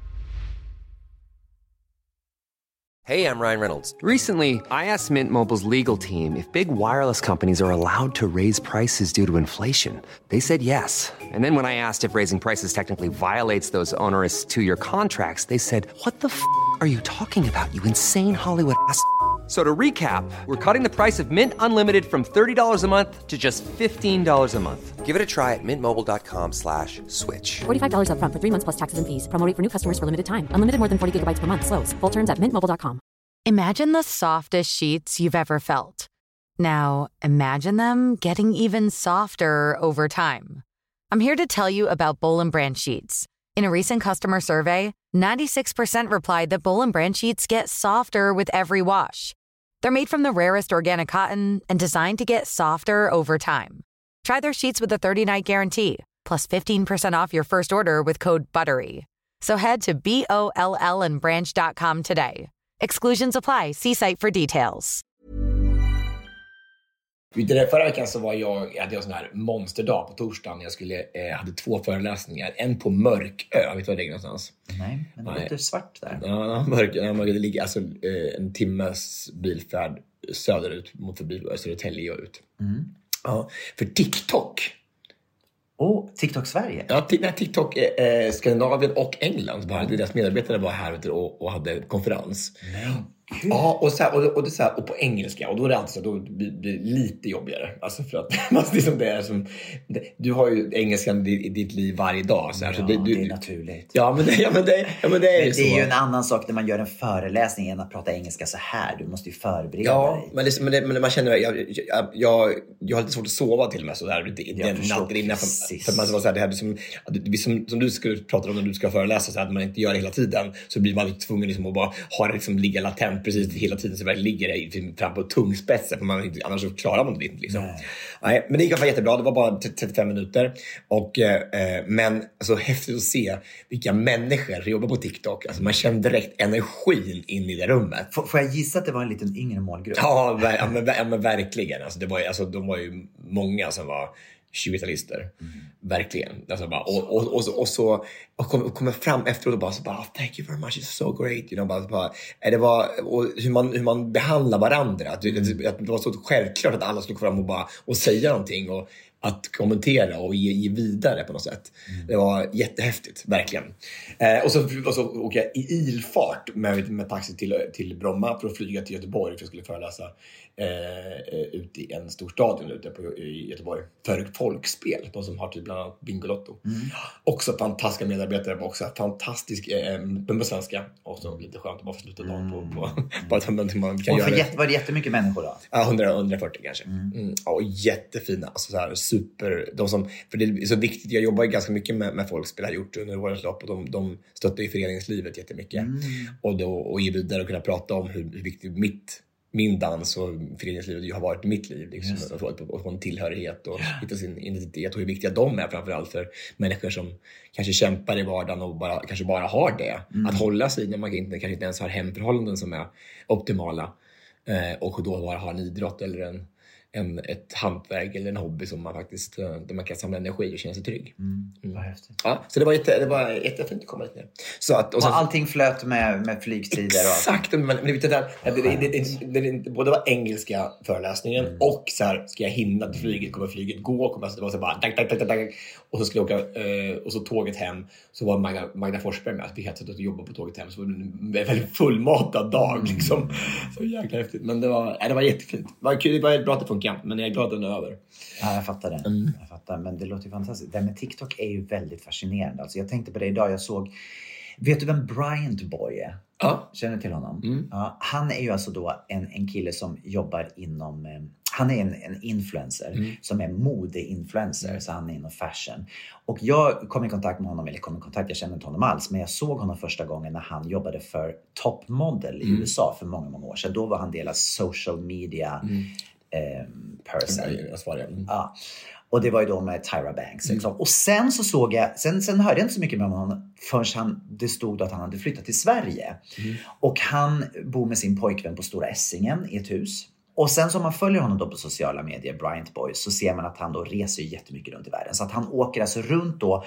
[SPEAKER 2] Hey, I'm Ryan Reynolds. Recently, I asked Mint Mobile's legal team if big wireless companies are allowed to raise prices due to inflation. They said yes. And then when I asked if raising prices technically violates those onerous 2-year contracts, they said, "What the f*** are you talking about, you insane Hollywood ass?" So to recap, we're cutting the price of Mint Unlimited from $30 a month to just $15 a month. Give it a try at mintmobile.com/switch.
[SPEAKER 4] $45 up front for 3 months plus taxes and fees. Promo rate for new customers for limited time. Unlimited more than 40 gigabytes per month. Slows full terms at mintmobile.com.
[SPEAKER 14] Imagine the softest sheets you've ever felt. Now, imagine them getting even softer over time. I'm here to tell you about Boll & Branch sheets. In a recent customer survey, 96% replied that Boll & Branch sheets get softer with every wash. They're made from the rarest organic cotton and designed to get softer over time. Try their sheets with a 30-night guarantee, plus 15% off your first order with code BUTTERY. So head to BOLLandbranch.com today. Exclusions apply. See site for details.
[SPEAKER 6] Förra veckan så hade jag en sån här monsterdag på torsdagen. Jag hade 2 föreläsningar. En på Mörkö. Vet du vad det är någonstans?
[SPEAKER 5] Nej, men det låter svart där.
[SPEAKER 6] Ja, Mörkö. Det ligger alltså en timmes bilfärd söderut mot förbi Södertälje och ut. Ja, för TikTok.
[SPEAKER 5] TikTok Sverige?
[SPEAKER 6] Ja, TikTok Skandinavien och England. Deras medarbetare var här och hade konferens.
[SPEAKER 5] Nej.
[SPEAKER 6] Kul. Ja, och det är så här, och på engelska, och då är det alltid så, då blir det lite jobbigare. Alltså för att liksom det är som, du har ju engelskan i ditt liv varje dag så här, så
[SPEAKER 5] det är naturligt.
[SPEAKER 6] Ja, men det är ju så.
[SPEAKER 5] Det är ju en annan sak när man gör en föreläsning än att prata engelska så här. Du måste ju förbereda dig.
[SPEAKER 6] Men man känner jag har lite svårt att sova till och med så där den natten innan för man var så här, det här som du skulle prata om när du ska föreläsa så att man inte gör det hela tiden, så blir man tvungen liksom att bara ha det liksom ligga latent precis hela tiden så väl ligger det fram på tungspetsen, för annars så klarar man det inte liksom. Nej, men det gick jättebra. Det var bara 35 minuter och men alltså häftigt att se vilka människor jobbar på TikTok. Alltså man känner direkt energin in i det rummet.
[SPEAKER 5] Får jag gissa att det var en liten yngre målgrupp?
[SPEAKER 6] Ja, men verkligen. Alltså de var ju många som var 20-talister. Verkligen. Alltså bara, och kommer fram efteråt och bara så bara thank you very much, it's so great, you know, bara det var och hur man behandlar varandra, att det var så självklart att alla skulle komma fram och säga någonting och att kommentera och ge vidare på något sätt. Det var jättehäftigt, verkligen. Och så åker jag i ilfart med taxi till Bromma för att flyga till Göteborg för att jag skulle föreläsa ute i en stor stadion ute i Göteborg för folkspel, de som har typ bland annat Bingolotto. Också fantastiska medarbetare, också fantastisk på svenska, och så lite skönt att bara få sluta dagen på att man kan göra det.
[SPEAKER 5] Var det jättemycket människor då?
[SPEAKER 6] Ja, 140 kanske. Ja, och jättefina, alltså så här super, för det är så viktigt, jag jobbar ju ganska mycket med folkspel, har gjort under årens lopp, och de stöttar ju föreningslivet jättemycket och ger vidare och kunna prata om hur viktigt mitt min dans och föreningslivet har varit mitt liv. Liksom, och få en tillhörighet och hitta sin identitet och hur viktiga de är framförallt för människor som kanske kämpar i vardagen och kanske bara har det. Att hålla sig när man kanske inte ens har hemförhållanden som är optimala och då bara har en idrott eller ett hantverk eller en hobby som man faktiskt, där man kan samla energi och känna sig trygg.
[SPEAKER 5] Vad häftigt.
[SPEAKER 6] Ja, så det var jättefint att komma hit ner. Så att, och sen,
[SPEAKER 5] allting flöt med flygtider.
[SPEAKER 6] Exakt, men det både var engelska föreläsningen och så här, ska jag hinna till flyget, kommer flyget gå, det var så bara och så skulle jag åka och så tåget hem, så var Magda Forsberg med, vi hade suttit och jobbat på tåget hem, så var det en väldigt fullmatad dag liksom. Så jäkla häftigt, men det var jättefint. Det var kul, det var bra att det funkar, men jag är glad att den är över.
[SPEAKER 5] Ja, jag fattar det. Jag fattar, men det låter ju fantastiskt. Det med TikTok är ju väldigt fascinerande. Alltså, jag tänkte på det idag, vet du vem Bryant Boy är?
[SPEAKER 6] Ja.
[SPEAKER 5] Känner du till honom? Ja, han är ju alltså då en kille som jobbar inom... Han är en influencer som är modeinfluencer, så han är inom fashion. Och jag kom i kontakt med honom, jag känner inte honom alls, men jag såg honom första gången när han jobbade för Top Model i USA för många år sedan. Då var han del av social media person. Ja. Och det var ju då med Tyra Banks. Liksom. Och sen så såg jag, sen hörde jag inte så mycket med honom förrän det stod att han hade flyttat till Sverige. Och han bor med sin pojkvän på Stora Essingen i ett hus. Och sen som man följer honom då på sociala medier, Bryant Boy, så ser man att han då reser jättemycket runt i världen. Så att han åker alltså runt då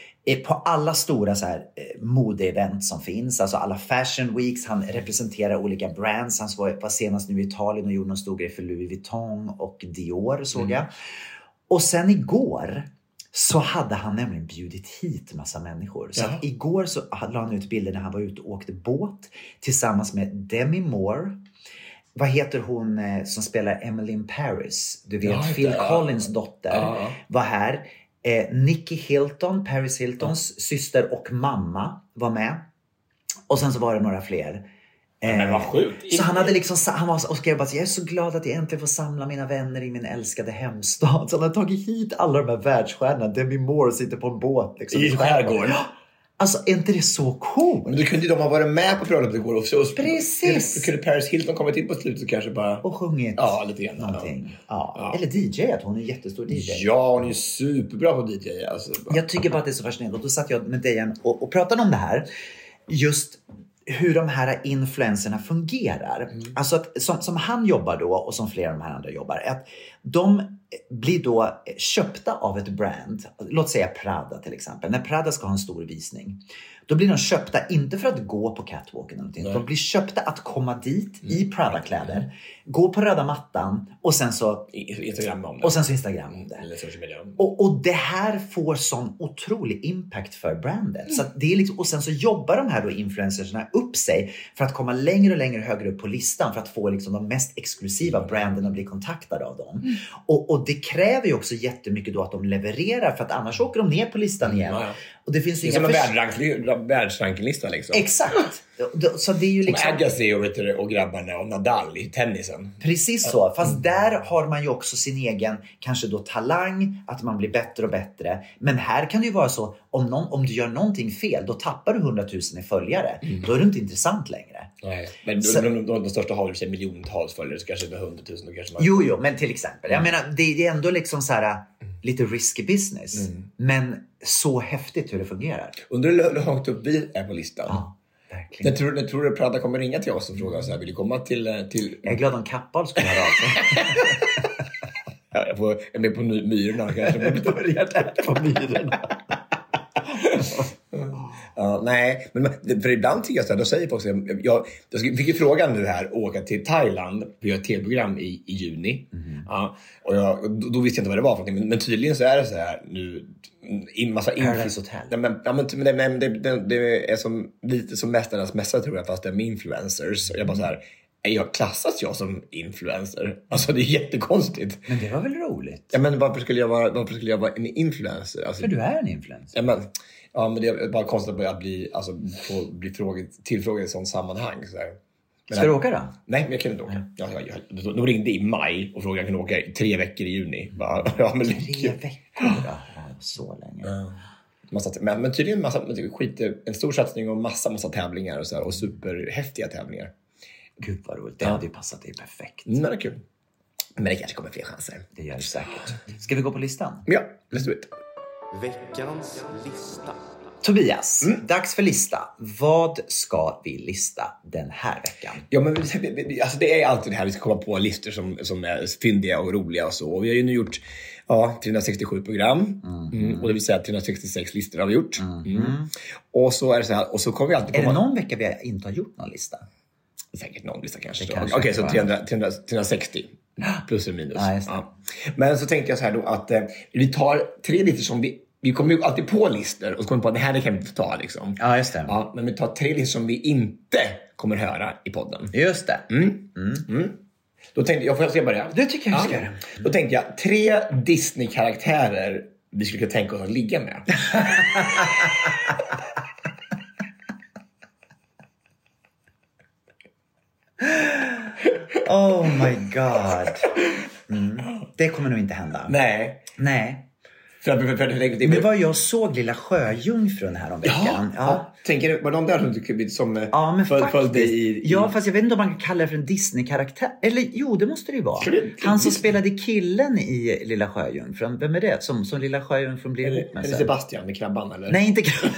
[SPEAKER 5] på alla stora så här modeevent som finns. Alltså alla fashion weeks. Han representerar olika brands. Han var senast nu i Italien och gjorde någon stor grej för Louis Vuitton och Dior, såg jag. Och sen igår så hade han nämligen bjudit hit massa människor. Så att igår så la han ut bilder när han var ute och åkte båt tillsammans med Demi Moore. Vad heter hon som spelar Emily in Paris? Du vet, Phil Collins dotter var här. Nicky Hilton, Paris Hiltons syster och mamma var med. Och sen så var det några fler.
[SPEAKER 6] Men vad sjukt.
[SPEAKER 5] Så han hade liksom, han var och skrev bara, jag är så glad att jag äntligen får samla mina vänner i min älskade hemstad. Så han har tagit hit alla de här världsstjärnorna. Demi Moore sitter på en båt liksom,
[SPEAKER 6] i skärgården.
[SPEAKER 5] Alltså, är inte det så coolt?
[SPEAKER 6] Men då kunde de ha varit med på bröllopet igår också.
[SPEAKER 5] Precis.
[SPEAKER 6] Kunde Paris Hilton kommit in på slutet kanske bara...
[SPEAKER 5] Och sjungit.
[SPEAKER 6] Ja, lite grann.
[SPEAKER 5] Någonting. Ja. Eller DJ, att hon är en jättestor DJ.
[SPEAKER 6] Ja, hon är superbra på DJ. Alltså.
[SPEAKER 5] Jag tycker bara att det är så fascinerande. Och då satt jag med Dejan och pratade om det här. Just hur de här influencerna fungerar. Alltså att, som han jobbar då och som flera av de här andra jobbar. Att de blir då köpta av ett brand. Låt säga Prada till exempel. När Prada ska ha en stor visning. Då blir de köpta inte för att gå på catwalken eller någonting. De blir köpta att komma dit i Prada-kläder. Gå på röda mattan och sen så
[SPEAKER 6] Instagram om det.
[SPEAKER 5] Och sen så Instagram om det.
[SPEAKER 6] Eller social media.
[SPEAKER 5] Och det här får sån otrolig impact för brandet. Så att det är liksom, och sen så jobbar de här då influencersna upp sig för att komma längre och längre högre upp på listan. För att få liksom de mest exklusiva branden att bli kontaktade av dem. Och det kräver ju också jättemycket då att de levererar. För att annars åker de ner på listan igen. Och det finns ju
[SPEAKER 6] som en världsrankinglista liksom.
[SPEAKER 5] Exakt. Så det är ju liksom...
[SPEAKER 6] Agassi och grabbarna och Nadal i tennisen.
[SPEAKER 5] Precis så. Fast där har man ju också sin egen kanske då talang. Att man blir bättre och bättre. Men här kan det ju vara så. Om du gör någonting fel. Då tappar du 100 000 i följare. Då är du inte intressant längre.
[SPEAKER 6] Nej. Men så, de största har ju miljontals följare. Så kanske det är 100 000. Då kanske man...
[SPEAKER 5] Jo, men till exempel. Jag menar, det är ändå liksom så här... Lite risky business. Men så häftigt hur det fungerar.
[SPEAKER 6] Undrar hur högt upp vi är på listan.
[SPEAKER 5] Ja, verkligen.
[SPEAKER 6] Jag tror du Prada kommer ringa till oss och fråga så här, vill du komma till...
[SPEAKER 5] Jag är glad om Kappahl skulle höra av sig.
[SPEAKER 6] Ja, jag är med på myrorna kanske.
[SPEAKER 5] De är redan på myrorna.
[SPEAKER 6] Nej, men för ibland tycker jag så här, då säger folk så här, jag fick ju frågan nu här, åka till Thailand, vi gör ett tv-program i juni. Ja, och då visste jag inte vad det var för någonting, men tydligen så är det så här nu, massa
[SPEAKER 5] Paradise Hotel.
[SPEAKER 6] Men det är som lite som Mästarnas mässa tror jag, fast det är med influencers. Och jag bara så här, klassas jag som influencer? Alltså det är jättekonstigt.
[SPEAKER 5] Men det var väl roligt?
[SPEAKER 6] Ja, men varför skulle jag vara en influencer? Alltså,
[SPEAKER 5] för du är en influencer.
[SPEAKER 6] Ja, men det är bara konstigt att bli tillfrågad i ett sånt sammanhang. Så här.
[SPEAKER 5] Ska du åka då?
[SPEAKER 6] Nej, men jag kunde inte åka. De ringde i maj och frågade om jag kunde åka i 3 veckor i juni. Bara,
[SPEAKER 5] 3 veckor då? Så länge.
[SPEAKER 6] Men tydligen en stor satsning och massa tävlingar och, så här, och superhäftiga tävlingar.
[SPEAKER 5] Gud vad roligt. Det hade ju passat dig perfekt.
[SPEAKER 6] Det är kul. Men det kanske kommer fler chanser.
[SPEAKER 5] Det gör det säkert. Ska vi gå på listan?
[SPEAKER 6] Ja, let's do it.
[SPEAKER 7] Veckans lista.
[SPEAKER 5] Tobias, dags för lista. Vad ska vi lista den här veckan?
[SPEAKER 6] Ja, men alltså det är alltid det här vi ska komma på listor som är fyndiga och roliga och så. Och vi har ju nu gjort 367 program. Och det vill säga 366 listor har vi gjort. Och så är det så här. Och så kommer vi alltid
[SPEAKER 5] komma... Är det någon vecka vi inte har gjort någon lista?
[SPEAKER 6] Säkert någon lista kanske. Okej, så 360. Plus och minus. Ja. Men så tänkte jag så här då att vi tar 3 listor som vi kommer ju alltid på listor och så kommer vi på att det här kan vi inte ta liksom.
[SPEAKER 5] Ja, just det.
[SPEAKER 6] Ja, men vi tar 3 listor som vi inte kommer höra i podden.
[SPEAKER 5] Just det.
[SPEAKER 6] Då tänkte jag ska börja.
[SPEAKER 5] Det tycker jag ska göra.
[SPEAKER 6] Då tänkte jag 3 Disney-karaktärer vi skulle kunna tänka oss att ligga med.
[SPEAKER 5] Oh my god. Det kommer nog inte hända.
[SPEAKER 6] Nej.
[SPEAKER 5] Men vad jag såg Lilla Sjöjungfrun här om veckan.
[SPEAKER 6] Ja. Tänker du, var de där som följde i...
[SPEAKER 5] Ja, fast jag vet inte om man kan kalla det för en Disney-karaktär. Eller jo, det måste det ju vara. Han som spelade killen i Lilla Sjöjungfrun. Vem är det? Som Lilla Sjöjungfrun blir ihop med.
[SPEAKER 6] Är det Sebastian med krabban eller?
[SPEAKER 5] Nej, inte krabban.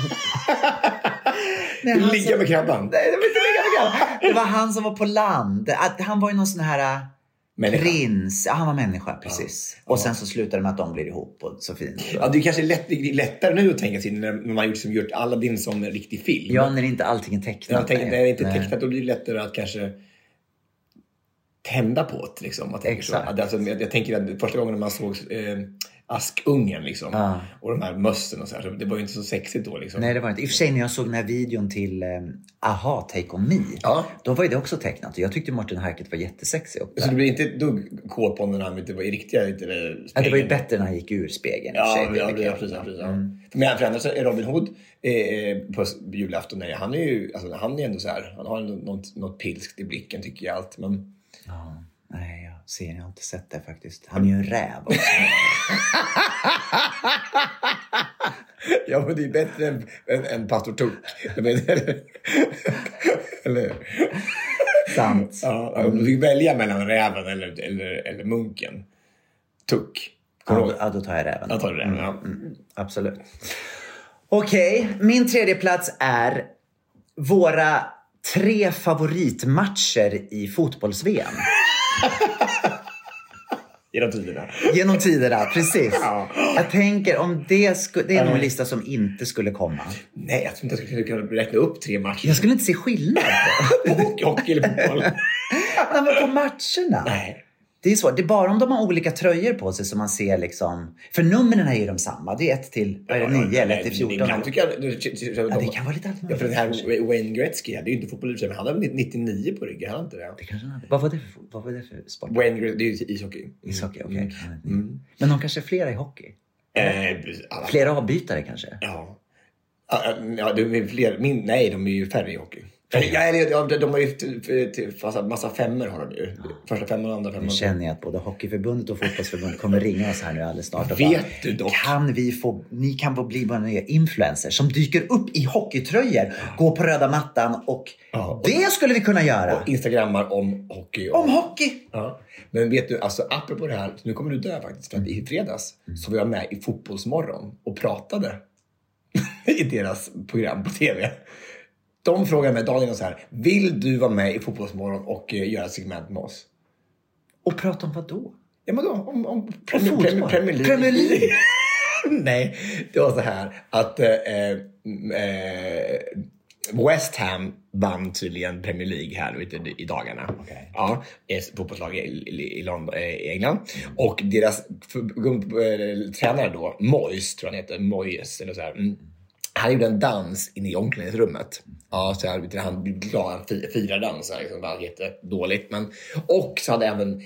[SPEAKER 6] Ligga med krabban.
[SPEAKER 5] Nej, det var inte ligga med krabban. Det var han som var på land. Han var ju någon sån här... Människa. Prins, han var människa, precis. Och sen så slutar det med att de blir ihop och så fint.
[SPEAKER 6] Ja, det är kanske lättare nu att tänka sig när man har gjort Aladdin som en riktig film.
[SPEAKER 5] Ja, när inte allting är tecknat.
[SPEAKER 6] När det är inte tecknat, då blir det lättare att kanske tända på det liksom.
[SPEAKER 5] Exakt.
[SPEAKER 6] Alltså, jag tänker att första gången man såg Askungen liksom, och de här mössen och så här, det var ju inte så sexigt då liksom.
[SPEAKER 5] Nej, det var inte. I och för sig när jag såg den här videon till Aha, Take On Me, då var ju det också tecknat. Och jag tyckte Martin Harket var jättesexig.
[SPEAKER 6] Så du blev inte dugg kåt på när han inte var i riktiga spegeln?
[SPEAKER 5] Ja, det var ju bättre när han gick ur spegeln.
[SPEAKER 6] Precis. Men för annars är Robin Hood på julafton, han är ju han är ändå så här, han har något pilskt i blicken tycker jag allt, men...
[SPEAKER 5] Ja, nej, jag har inte sett det faktiskt. Han är ju en räv också.
[SPEAKER 6] Ja, men det är bättre än Pastor Tuck. Eller
[SPEAKER 5] sant.
[SPEAKER 6] Ja, om du fick välja mellan räven eller munken. Tuck.
[SPEAKER 5] Ja, då tar jag räven.
[SPEAKER 6] Jag tar räven,
[SPEAKER 5] absolut. Okej, min 3:e plats är våra 3 favoritmatcher i fotbolls-VM. Genom tiderna, precis. Ja. Jag tänker om det är nog en lista som inte skulle komma.
[SPEAKER 6] Nej, jag tror inte jag skulle kunna räkna upp 3 matcher.
[SPEAKER 5] Jag skulle inte se skillnad
[SPEAKER 6] på hockey eller fotboll.
[SPEAKER 5] Nej, men på matcherna.
[SPEAKER 6] Nej.
[SPEAKER 5] Det är svårt. Det är bara om de har olika tröjor på sig som man ser liksom... För numren är ju de samma. Det är 1 till 9 eller 1 till 14.
[SPEAKER 6] Ibland tycker jag...
[SPEAKER 5] det kan vara lite allt.
[SPEAKER 6] Ja, för den här Wayne Gretzky hade ju inte fotboll, men han hade 99 på ryggen. Han inte det.
[SPEAKER 5] Det kanske han hade. Vad var det för sport?
[SPEAKER 6] Wayne Gretzky, det är ju ishockey.
[SPEAKER 5] Ishockey, okej. Men de kanske är flera i hockey? Flera avbytare kanske?
[SPEAKER 6] Ja. Ja, de är fler. Nej, de är ju färre i hockey. De har ju massa 5:or har de ju. Första 5:or och andra 5:or.
[SPEAKER 5] Nu känner jag att både Hockeyförbundet och Fotbollsförbundet kommer ringa oss här nu alldeles snart.
[SPEAKER 6] Vet du dock?
[SPEAKER 5] Ni kan få bli våra nya influencers som dyker upp i hockeytröjor, går på röda mattan och det skulle vi kunna göra.
[SPEAKER 6] Och instagrammar om hockey.
[SPEAKER 5] Om hockey!
[SPEAKER 6] Ja. Men vet du, alltså apropå det här, nu kommer du dö faktiskt. För att i fredags så var jag med i Fotbollsmorgon och pratade i deras program på tv. De frågar mig dagligen så här: vill du vara med i Fotbollsmorgon och göra ett segment med oss?
[SPEAKER 5] Och prata om vad då?
[SPEAKER 6] Ja, men då om Premier League. Nej, det var så här att West Ham vann tydligen Premier League här i dagarna. Okay. Ja, fotbollslag i England. Och deras tränare då, Moyes, tror jag han heter, Moyes eller så här. Han gjorde en dans inne i omklädningsrummet. Ja, så han blev glad, firar dans. Liksom, var jättedåligt. Men, och så hade även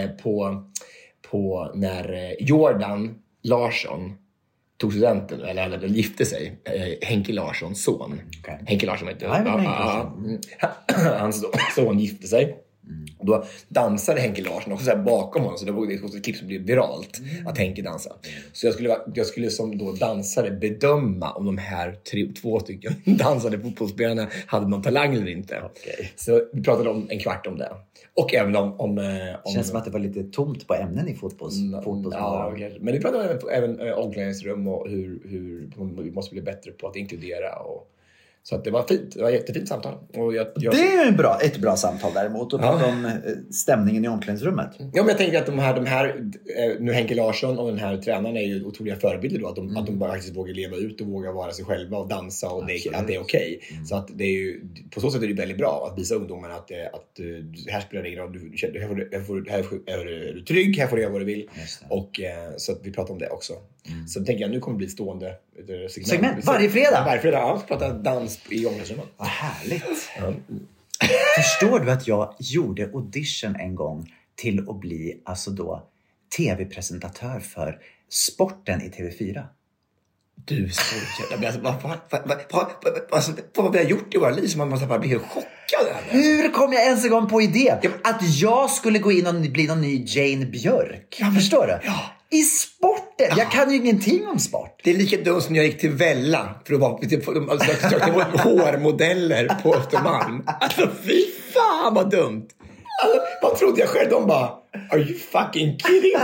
[SPEAKER 6] på när Jordan Larsson tog studenten, eller gifte sig, Henke Larssons son. Okay. Henke Larsson heter hans son gifte sig. Och då dansade Henke Larsson också så här bakom honom. Så det var ett klipp som blev viralt att Henke dansade. Så jag skulle som då dansare bedöma om de här 2 stycken dansade fotbollsspelarna hade någon talang eller inte. Så vi pratade om en kvart om det. Och även om
[SPEAKER 5] känns som att det var lite tomt på ämnen i fotbolls.
[SPEAKER 6] Ja, okay. Men vi pratade även omklädningsrum och hur vi måste bli bättre på att inkludera. Så att det var fint. Det var ett jättefint samtal. Och det
[SPEAKER 5] är ett bra samtal däremot. Och om stämningen i omklädningsrummet.
[SPEAKER 6] Ja, men jag tänker att de här nu Henke Larsson och den här tränaren är ju otroliga förebilder då. Att de bara faktiskt vågar leva ut och vågar vara sig själva och dansa och att det är okej. Så att det är ju, på så sätt är det väldigt bra att visa ungdomarna att här spelar det ingen roll. Här är du trygg, här får du göra vad du vill. Och så att vi pratar om det också. Så tänker jag nu kommer det bli stående
[SPEAKER 5] segment varje fredag.
[SPEAKER 6] Varje fredag, ja. Prata dans i omklädningsrummet.
[SPEAKER 5] Vad härligt. Förstår du att jag gjorde audition en gång till att bli tv-presentatör för sporten i TV4?
[SPEAKER 6] Du skojar. Vad vi har gjort i våra liv så man måste bara bli helt chockad.
[SPEAKER 5] Hur kom jag ens en gång på idén att jag skulle gå in och bli någon ny Jane Björk? Förstår du? Ja. I sporten. Jag kan ju ingenting om sport.
[SPEAKER 6] Det är lika dumt som jag gick till Vella för att vara hårmodeller på Östermalm. Alltså fy fan vad dumt. Alltså, vad trodde jag själv? De bara, are you fucking kidding?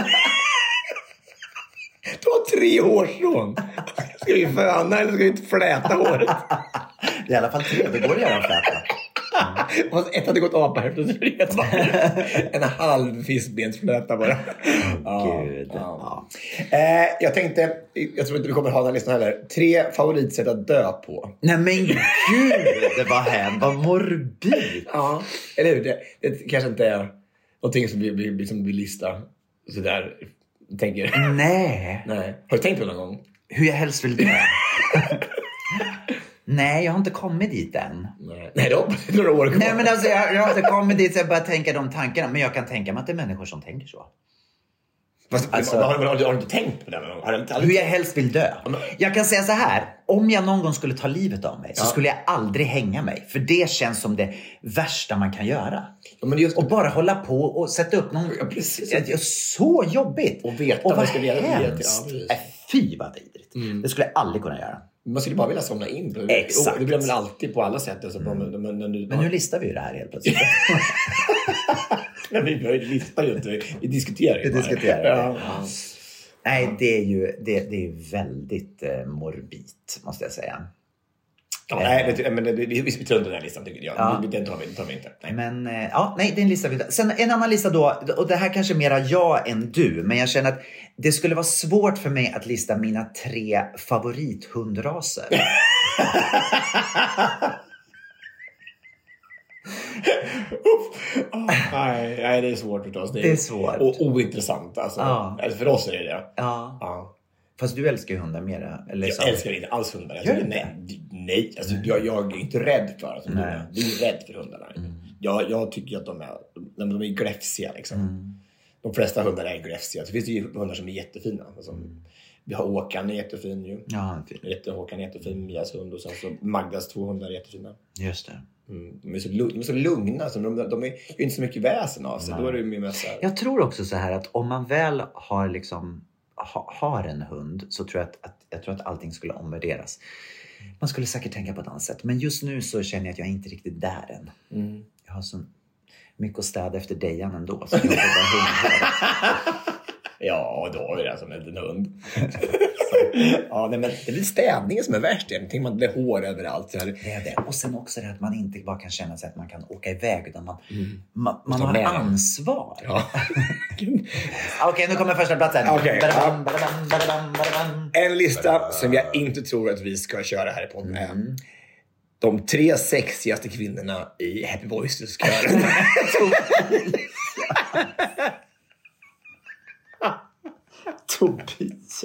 [SPEAKER 6] Du har 3 hårstrån. Ska vi föna eller ska vi inte fläta håret?
[SPEAKER 5] Det är i alla fall 3. Det går att göra fläta.
[SPEAKER 6] Ett hade gått apa här plötsligt. En halv fiskbensfläta bara.
[SPEAKER 5] Gud.
[SPEAKER 6] Jag tänkte, jag tror inte vi kommer ha den listan heller. 3 favoritsätt att dö på.
[SPEAKER 5] Nej men gud, det var hem. Vad morbid.
[SPEAKER 6] Ja, eller hur? Det kanske inte är någonting som vi lista sådär. Tänker.
[SPEAKER 5] Nej.
[SPEAKER 6] Har du tänkt på det någon gång?
[SPEAKER 5] Hur jag helst vill dö? Nej, jag har inte kommit dit än.
[SPEAKER 6] Nej, det är några år kvar.
[SPEAKER 5] Nej, men alltså, jag har inte kommit dit så jag bara tänker de tankarna. Men jag kan tänka mig att det är människor som tänker så.
[SPEAKER 6] Har du inte tänkt på det?
[SPEAKER 5] Hur jag helst vill dö. Jag kan säga så här. Om jag någon gång skulle ta livet av mig så skulle jag aldrig hänga mig. För det känns som det värsta man kan göra. Och bara hålla på och sätta upp någon... Det är så jobbigt.
[SPEAKER 6] Och veta
[SPEAKER 5] vad
[SPEAKER 6] man ska
[SPEAKER 5] hemskt. Fy vad vidrigt. Det skulle jag aldrig kunna göra.
[SPEAKER 6] Man skulle bara vilja somna in.
[SPEAKER 5] Exakt.
[SPEAKER 6] Det blir väl alltid på alla sätt. Alltså, men
[SPEAKER 5] nu listar vi ju det här helt plötsligt.
[SPEAKER 6] Men vi listar ju inte. Vi diskuterar ju.
[SPEAKER 5] Ja. Nej, det är ju väldigt morbid, måste jag säga.
[SPEAKER 6] Ja, nej, men vi tar under den här listan tycker jag. Ja. Den tar vi inte. Nej.
[SPEAKER 5] Men nej, det är en lista. Sen en annan lista då, och det här kanske mera jag än du, men jag känner att det skulle vara svårt för mig att lista mina 3 favorithundraser.
[SPEAKER 6] Nej, det är svårt förstås.
[SPEAKER 5] Det är svårt.
[SPEAKER 6] Och ointressant. Alltså för oss är det.
[SPEAKER 5] Ja. Fast du älskar ju hundar mer. Eller
[SPEAKER 6] jag älskar inte alls hundar. Alltså, nej. Alltså, jag är inte rädd för att vi är rädd för hundarna. Jag tycker att de är gläfsiga liksom. De flesta hundar är gläfsiga. Så finns det ju hundar som är jättefina. Alltså, vi har Åkan är jättefin ju.
[SPEAKER 5] Ja,
[SPEAKER 6] Håkan är jättefin, Mias hund och sen så Magdas 2 hundar är jättefina.
[SPEAKER 5] Just det.
[SPEAKER 6] De är så lugna. Så de är ju inte så mycket väsen av sig. Då är det ju mest så här.
[SPEAKER 5] Jag tror också så här att om man väl har liksom har en hund så tror jag att allting skulle omvärderas. Man skulle säkert tänka på ett annat sätt. Men just nu så känner jag att jag är inte riktigt där än. Jag har så mycket att städa efter Dejan ändå. Så jag
[SPEAKER 6] ja, då har vi det som en hund. Ja, nej, men det är städningen som är värst. Jag tänker man blir hår överallt.
[SPEAKER 5] Det är det. Och sen också det att man inte bara kan känna sig att man kan åka iväg. Utan man har ansvar.
[SPEAKER 6] Ja.
[SPEAKER 5] Okej, nu kommer första platsen.
[SPEAKER 6] En lista som jag inte tror att vi ska köra här i podden är de 3 sexigaste kvinnorna i Happy Voices-kören.
[SPEAKER 5] Tobias.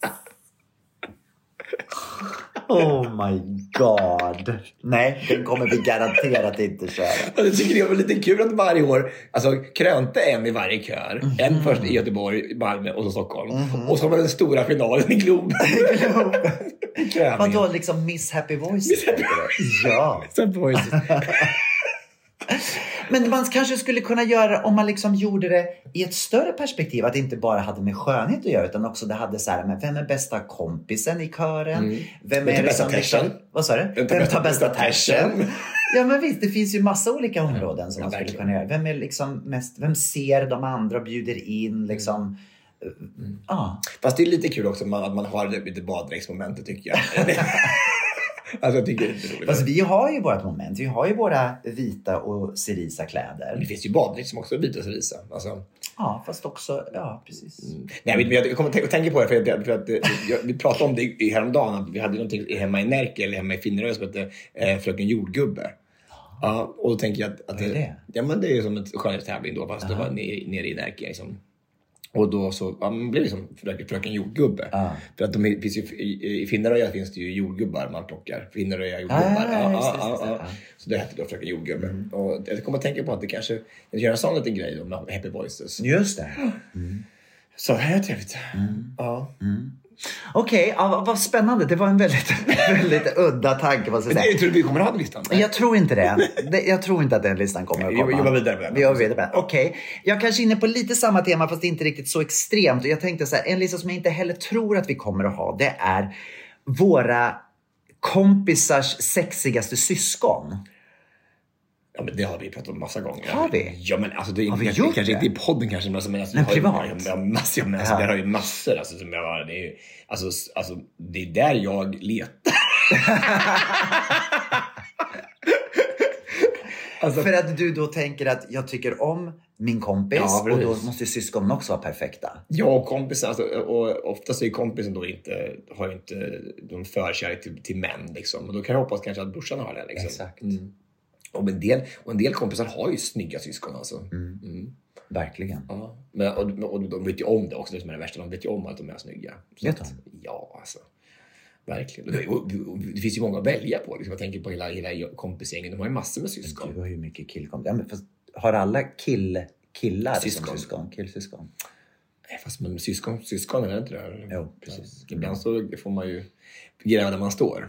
[SPEAKER 5] Oh my god. Nej, den kommer vi garanterat inte köra.
[SPEAKER 6] Jag tycker det var lite kul att varje år krönte en i varje kör. En först i Göteborg, Malmö och så Stockholm. Och så var den stora finalen i Globen.
[SPEAKER 5] Vadå, liksom Miss Happy Voices?
[SPEAKER 6] Ja. Miss Happy Voices.
[SPEAKER 5] Men man kanske skulle kunna göra, om man liksom gjorde det i ett större perspektiv, att det inte bara hade med skönhet att göra, utan också det hade så här, men vem är bästa kompisen i kören? Vem är det som liksom, vad sa du? Vem tar bästa tersen? Ja, men visst, det finns ju massa olika områden som man skulle kunna göra. Vem är liksom mest, vem ser de andra och bjuder in liksom?
[SPEAKER 6] Fast det är lite kul också att man har lite baddräktsmomentet, tycker jag. Alltså, jag tycker det är lite roligt.
[SPEAKER 5] Fast vi har ju vårt moment. Vi har ju våra vita och cerisa kläder.
[SPEAKER 6] Det finns ju baddräkt som också är vita och cerisa. Alltså.
[SPEAKER 5] Ja, fast också, ja, precis.
[SPEAKER 6] Nej, men jag kommer att tänka på det för att vi pratade om det häromdagen, att vi hade någonting hemma i Närke eller hemma i Finnerö som heter Fröken Jordgubbe. Ja, och då tänker jag att det? Ja, men det är som ett skönhetstävling då, fast det var nere i Närke liksom. Och då så blev det som Fröken Jordgubbe. För att finns ju, i Finneröja finns det ju jordgubbar man plockar. Finneröja jordgubbar. Så det hette då Fröken Jordgubbe. Och jag kommer att tänka på att det kanske gör en sån liten grej då med Happy Voices.
[SPEAKER 5] Just det.
[SPEAKER 6] Så här är trevligt.
[SPEAKER 5] Okej, vad spännande. Det var en väldigt udda tanke. Vad ska jag säga.
[SPEAKER 6] Jag tror vi kommer att ha den listan.
[SPEAKER 5] Jag tror inte det. Jag tror inte att den listan kommer att komma.
[SPEAKER 6] Vi jobbar vidare med den.
[SPEAKER 5] Vi jobbar vidare med den. Okej. Jag kanske är inne på lite samma tema, fast inte riktigt så extremt. Jag tänkte så här, en lista som jag inte heller tror att vi kommer att ha, det är våra kompisars sexigaste syskon.
[SPEAKER 6] Ja, men det har vi pratat om massa gånger.
[SPEAKER 5] Har vi?
[SPEAKER 6] Ja, men alltså det är
[SPEAKER 5] kanske
[SPEAKER 6] inte i podden kanske, men alltså,
[SPEAKER 5] privat.
[SPEAKER 6] Jag har ju massor alltså, som jag det är alltså det är där jag letar.
[SPEAKER 5] Alltså, för att du då tänker att jag tycker om min kompis, och då måste syskonen också vara perfekta.
[SPEAKER 6] Ja, och kompisen, alltså, och oftast är kompisen då har inte någon förkärlek till män liksom. Och då kan jag hoppas kanske att brorsan har det liksom.
[SPEAKER 5] Exakt.
[SPEAKER 6] Och en del kompisar har ju snygga syskon alltså.
[SPEAKER 5] Verkligen.
[SPEAKER 6] Ja. Men, och de vet ju om det också, det som är det värsta. De vet ju om att de är snygga.
[SPEAKER 5] Vet de?
[SPEAKER 6] Ja, alltså. Verkligen. Och det finns ju många att välja på. Liksom. Jag tänker på hela kompisgängen. De har ju massor med syskon.
[SPEAKER 5] Du har ju mycket killkompisar. Ja, men fast har alla killar
[SPEAKER 6] syskon?
[SPEAKER 5] Killsyskon?
[SPEAKER 6] Nej, fast men syskon är det inte det?
[SPEAKER 5] Jo, precis.
[SPEAKER 6] Ibland så får man ju gräva där man står.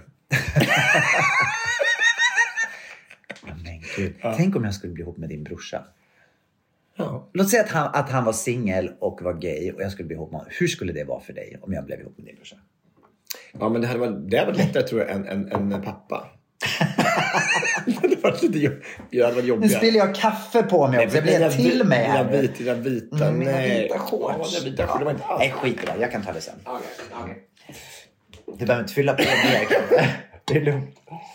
[SPEAKER 5] Men gud. Tänk om jag skulle bli ihop med din brorsa.
[SPEAKER 6] Ja.
[SPEAKER 5] Låt säga att han var singel och var gay och jag skulle bli ihop med honom. Hur skulle det vara för dig om jag blev ihop med din brorsa?
[SPEAKER 6] Ja, men det hade varit lättare tror jag än pappa. Det var lite jobbigt.
[SPEAKER 5] Nu spiller jag kaffe på mig också. Jag blir till mig här.
[SPEAKER 6] Vita.
[SPEAKER 5] Vita shorts. Nej, skit i det. Jag kan ta det sen.
[SPEAKER 6] Okay.
[SPEAKER 5] Du behöver inte fylla på mer kanske. Det är lugnt.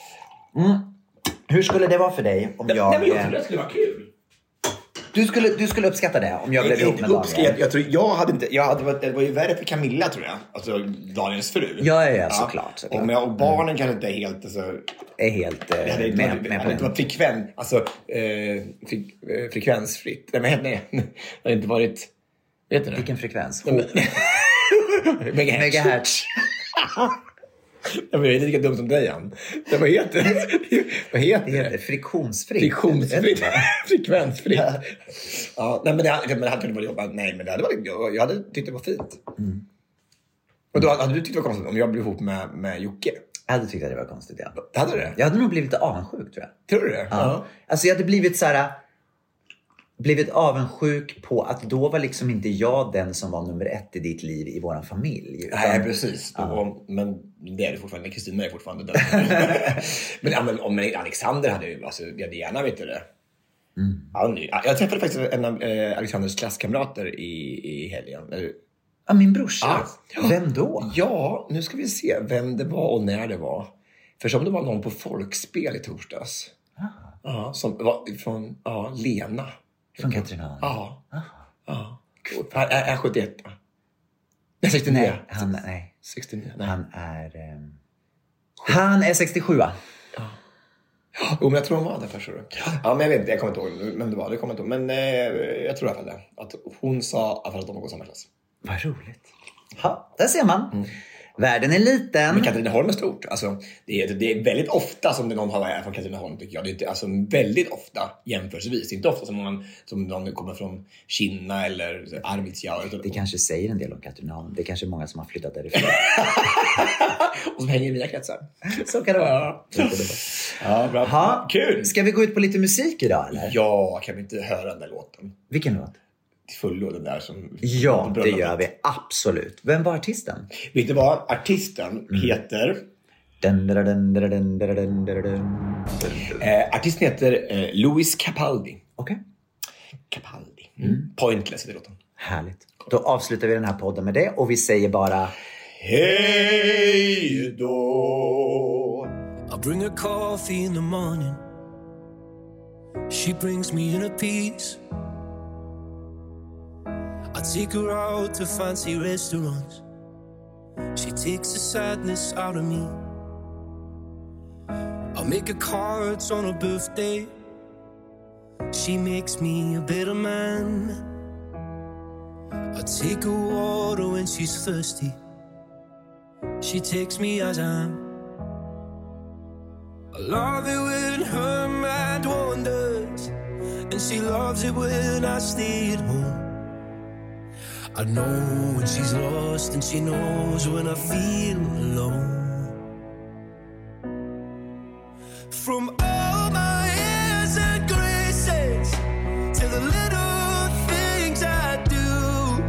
[SPEAKER 5] Hur skulle det vara för dig om jag...
[SPEAKER 6] Nej, men jag tror det skulle vara kul.
[SPEAKER 5] Du skulle uppskatta det om jag blev ihop med Daniel.
[SPEAKER 6] Det var ju värre för Camilla tror jag. Alltså Daniels fru.
[SPEAKER 5] Ja, såklart.
[SPEAKER 6] Och barnen kanske inte är helt... Alltså,
[SPEAKER 5] är helt
[SPEAKER 6] det hade inte varit frekvensfritt. Nej, det hade inte varit... Vet du det?
[SPEAKER 5] Vilken frekvens?
[SPEAKER 6] Megahertz. Jag är inte lika dum som dig, Jan. Vad heter det?
[SPEAKER 5] Friktionsfritt.
[SPEAKER 6] Frekvensfritt. Ja, nej, men det hade kunnat vara jobbigt. Nej, men det hade varit, jag hade tyckt det var fint. Och då hade du tyckt det var konstigt om jag blev ihop med Jocke?
[SPEAKER 5] Jag hade tyckt att det var konstigt, ja.
[SPEAKER 6] Hade du det?
[SPEAKER 5] Jag hade nog blivit lite avundsjuk, tror jag.
[SPEAKER 6] Tror du det?
[SPEAKER 5] Ja. Alltså jag hade blivit avundsjuk på att då var liksom inte jag den som var nummer 1 i ditt liv i våran familj. Utan...
[SPEAKER 6] Nej, precis. Men det är det fortfarande. Kristina är fortfarande där. men Alexander hade ju... Alltså, jag hade gärna vet du det. Jag träffade faktiskt en av Alexanders klasskamrater i helgen.
[SPEAKER 5] Ja, min brorsa. Ja. Vem då?
[SPEAKER 6] Ja, nu ska vi se vem det var och när det var. För som det var någon på Folkspel i torsdags. Ja, som var från Lena.
[SPEAKER 5] Från Katrineholm?
[SPEAKER 6] Ja. Är 71? Nej, 69.
[SPEAKER 5] Nej.
[SPEAKER 6] 69.
[SPEAKER 5] Nej. Han är 67.
[SPEAKER 6] Ja. Men jag tror hon var där först. Ja, men jag vet inte. Jag kommer inte ihåg vem det var. Men jag tror i alla fall det. Att hon sa att de var samma klass.
[SPEAKER 5] Vad roligt. Ja, där ser man. Världen är liten.
[SPEAKER 6] Men Katrineholm är stort. Alltså, det är väldigt ofta som det någon har från Katrineholm tycker jag. Det är inte, alltså, väldigt ofta jämförelsevis. Inte ofta som någon kommer från Kina eller Arvidsjaur.
[SPEAKER 5] Det kanske säger en del om Katrineholm. Det är kanske många som har flyttat därifrån.
[SPEAKER 6] Och som hänger i mina kretsar.
[SPEAKER 5] Så kan det vara.
[SPEAKER 6] Ja, bra.
[SPEAKER 5] Ha.
[SPEAKER 6] Kul!
[SPEAKER 5] Ska vi gå ut på lite musik idag eller?
[SPEAKER 6] Ja, kan vi inte höra den där låten?
[SPEAKER 5] Vilken låt?
[SPEAKER 6] Till fullo den där som...
[SPEAKER 5] Ja, det gör vi. Absolut. Vem var artisten?
[SPEAKER 6] Vet du vad? Artisten heter... Artisten heter Louis Capaldi.
[SPEAKER 5] Okej.
[SPEAKER 6] Capaldi. Pointless heter låten.
[SPEAKER 5] Härligt. Då avslutar vi den här podden med det och vi säger bara...
[SPEAKER 6] Hej då!
[SPEAKER 9] I'll bring her coffee in the morning. She brings me in a piece. I take her out to fancy restaurants. She takes the sadness out of me. I'll make her cards on her birthday. She makes me a better man. I take her water when she's thirsty. She takes me as I am. I love it when her mind wanders, and she loves it when I stay at home. I know when she's lost, and she knows when I feel alone. From all my airs and graces to the little things I do,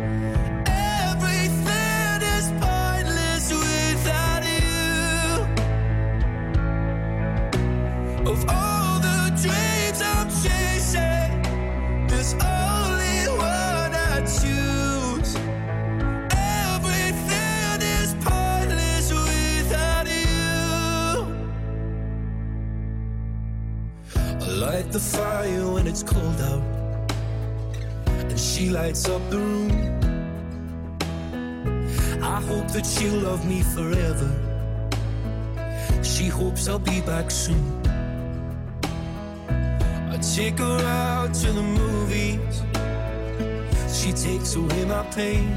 [SPEAKER 9] everything is pointless without you. Of all the dreams I'm chasing, there's only one I choose. Everything is pointless without you. I light the fire when it's cold out, and she lights up the room. I hope that she'll love me forever. She hopes I'll be back soon. I take her out to the movies. She takes away my pain.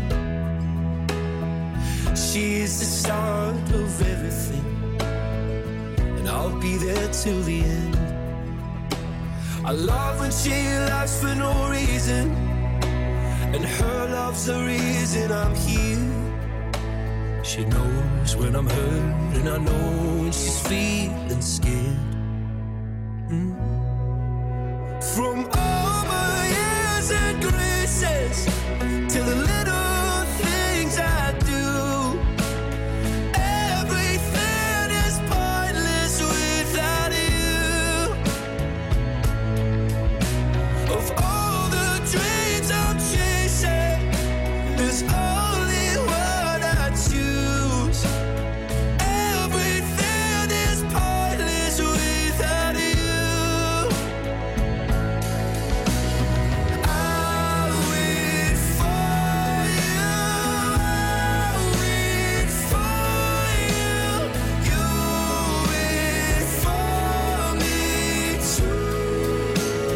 [SPEAKER 9] She is the start of everything, and I'll be there till the end. I love when she laughs for no reason, and her love's the reason I'm here. She knows when I'm hurt, and I know when she's feeling scared. From all my years and graces to the little things I do, everything is pointless without you. Of all the dreams I'm chasing, there's only one I choose. Everything is pointless without you. I'll wait for you, I'll wait for you, you wait for me too.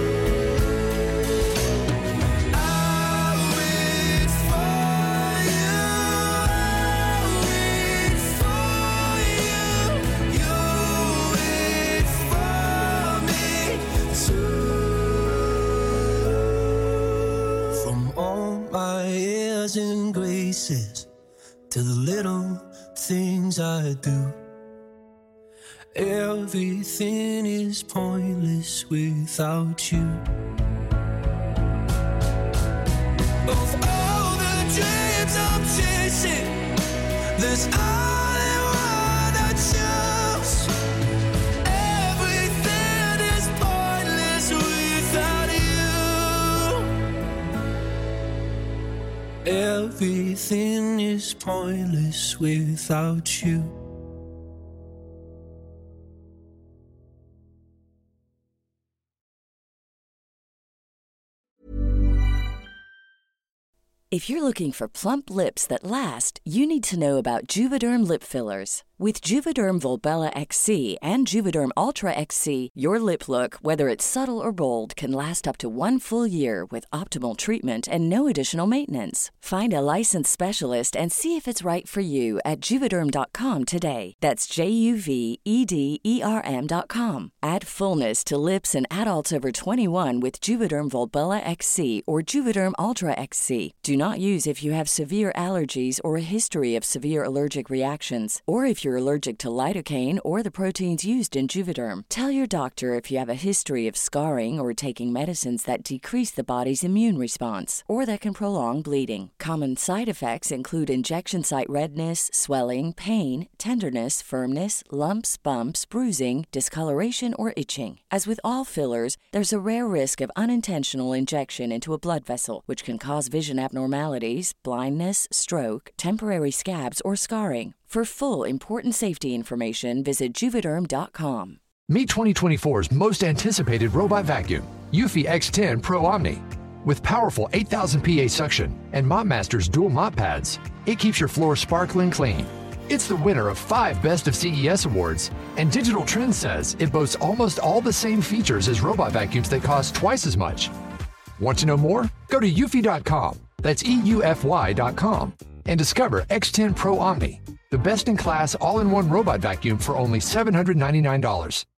[SPEAKER 9] I'll wait for you, I'll wait for you, you wait for me too. From all my airs and graces to the little things I do, everything is pointless without you. Of all the dreams I'm chasing, there's only one I choose. Everything is pointless without you. Everything is pointless without you.
[SPEAKER 15] If you're looking for plump lips that last, you need to know about Juvederm lip fillers. With Juvederm Volbella XC and Juvederm Ultra XC, your lip look, whether it's subtle or bold, can last up to 1 full year with optimal treatment and no additional maintenance. Find a licensed specialist and see if it's right for you at Juvederm.com today. That's JUVEDERM.com. Add fullness to lips in adults over 21 with Juvederm Volbella XC or Juvederm Ultra XC. Do not use if you have severe allergies or a history of severe allergic reactions, or if if you're allergic to lidocaine or the proteins used in Juvederm. Tell your doctor if you have a history of scarring or taking medicines that decrease the body's immune response or that can prolong bleeding. Common side effects include injection site redness, swelling, pain, tenderness, firmness, lumps, bumps, bruising, discoloration, or itching. As with all fillers, there's a rare risk of unintentional injection into a blood vessel, which can cause vision abnormalities, blindness, stroke, temporary scabs, or scarring. For full important safety information, visit Juvederm.com.
[SPEAKER 16] Meet 2024's most anticipated robot vacuum, Eufy X10 Pro Omni. With powerful 8,000 PA suction and MopMaster's dual mop pads, it keeps your floor sparkling clean. It's the winner of 5 Best of CES awards, and Digital Trends says it boasts almost all the same features as robot vacuums that cost twice as much. Want to know more? Go to eufy.com, that's EUFY.com, and discover X10 Pro Omni, the best-in-class all-in-one robot vacuum for only $799.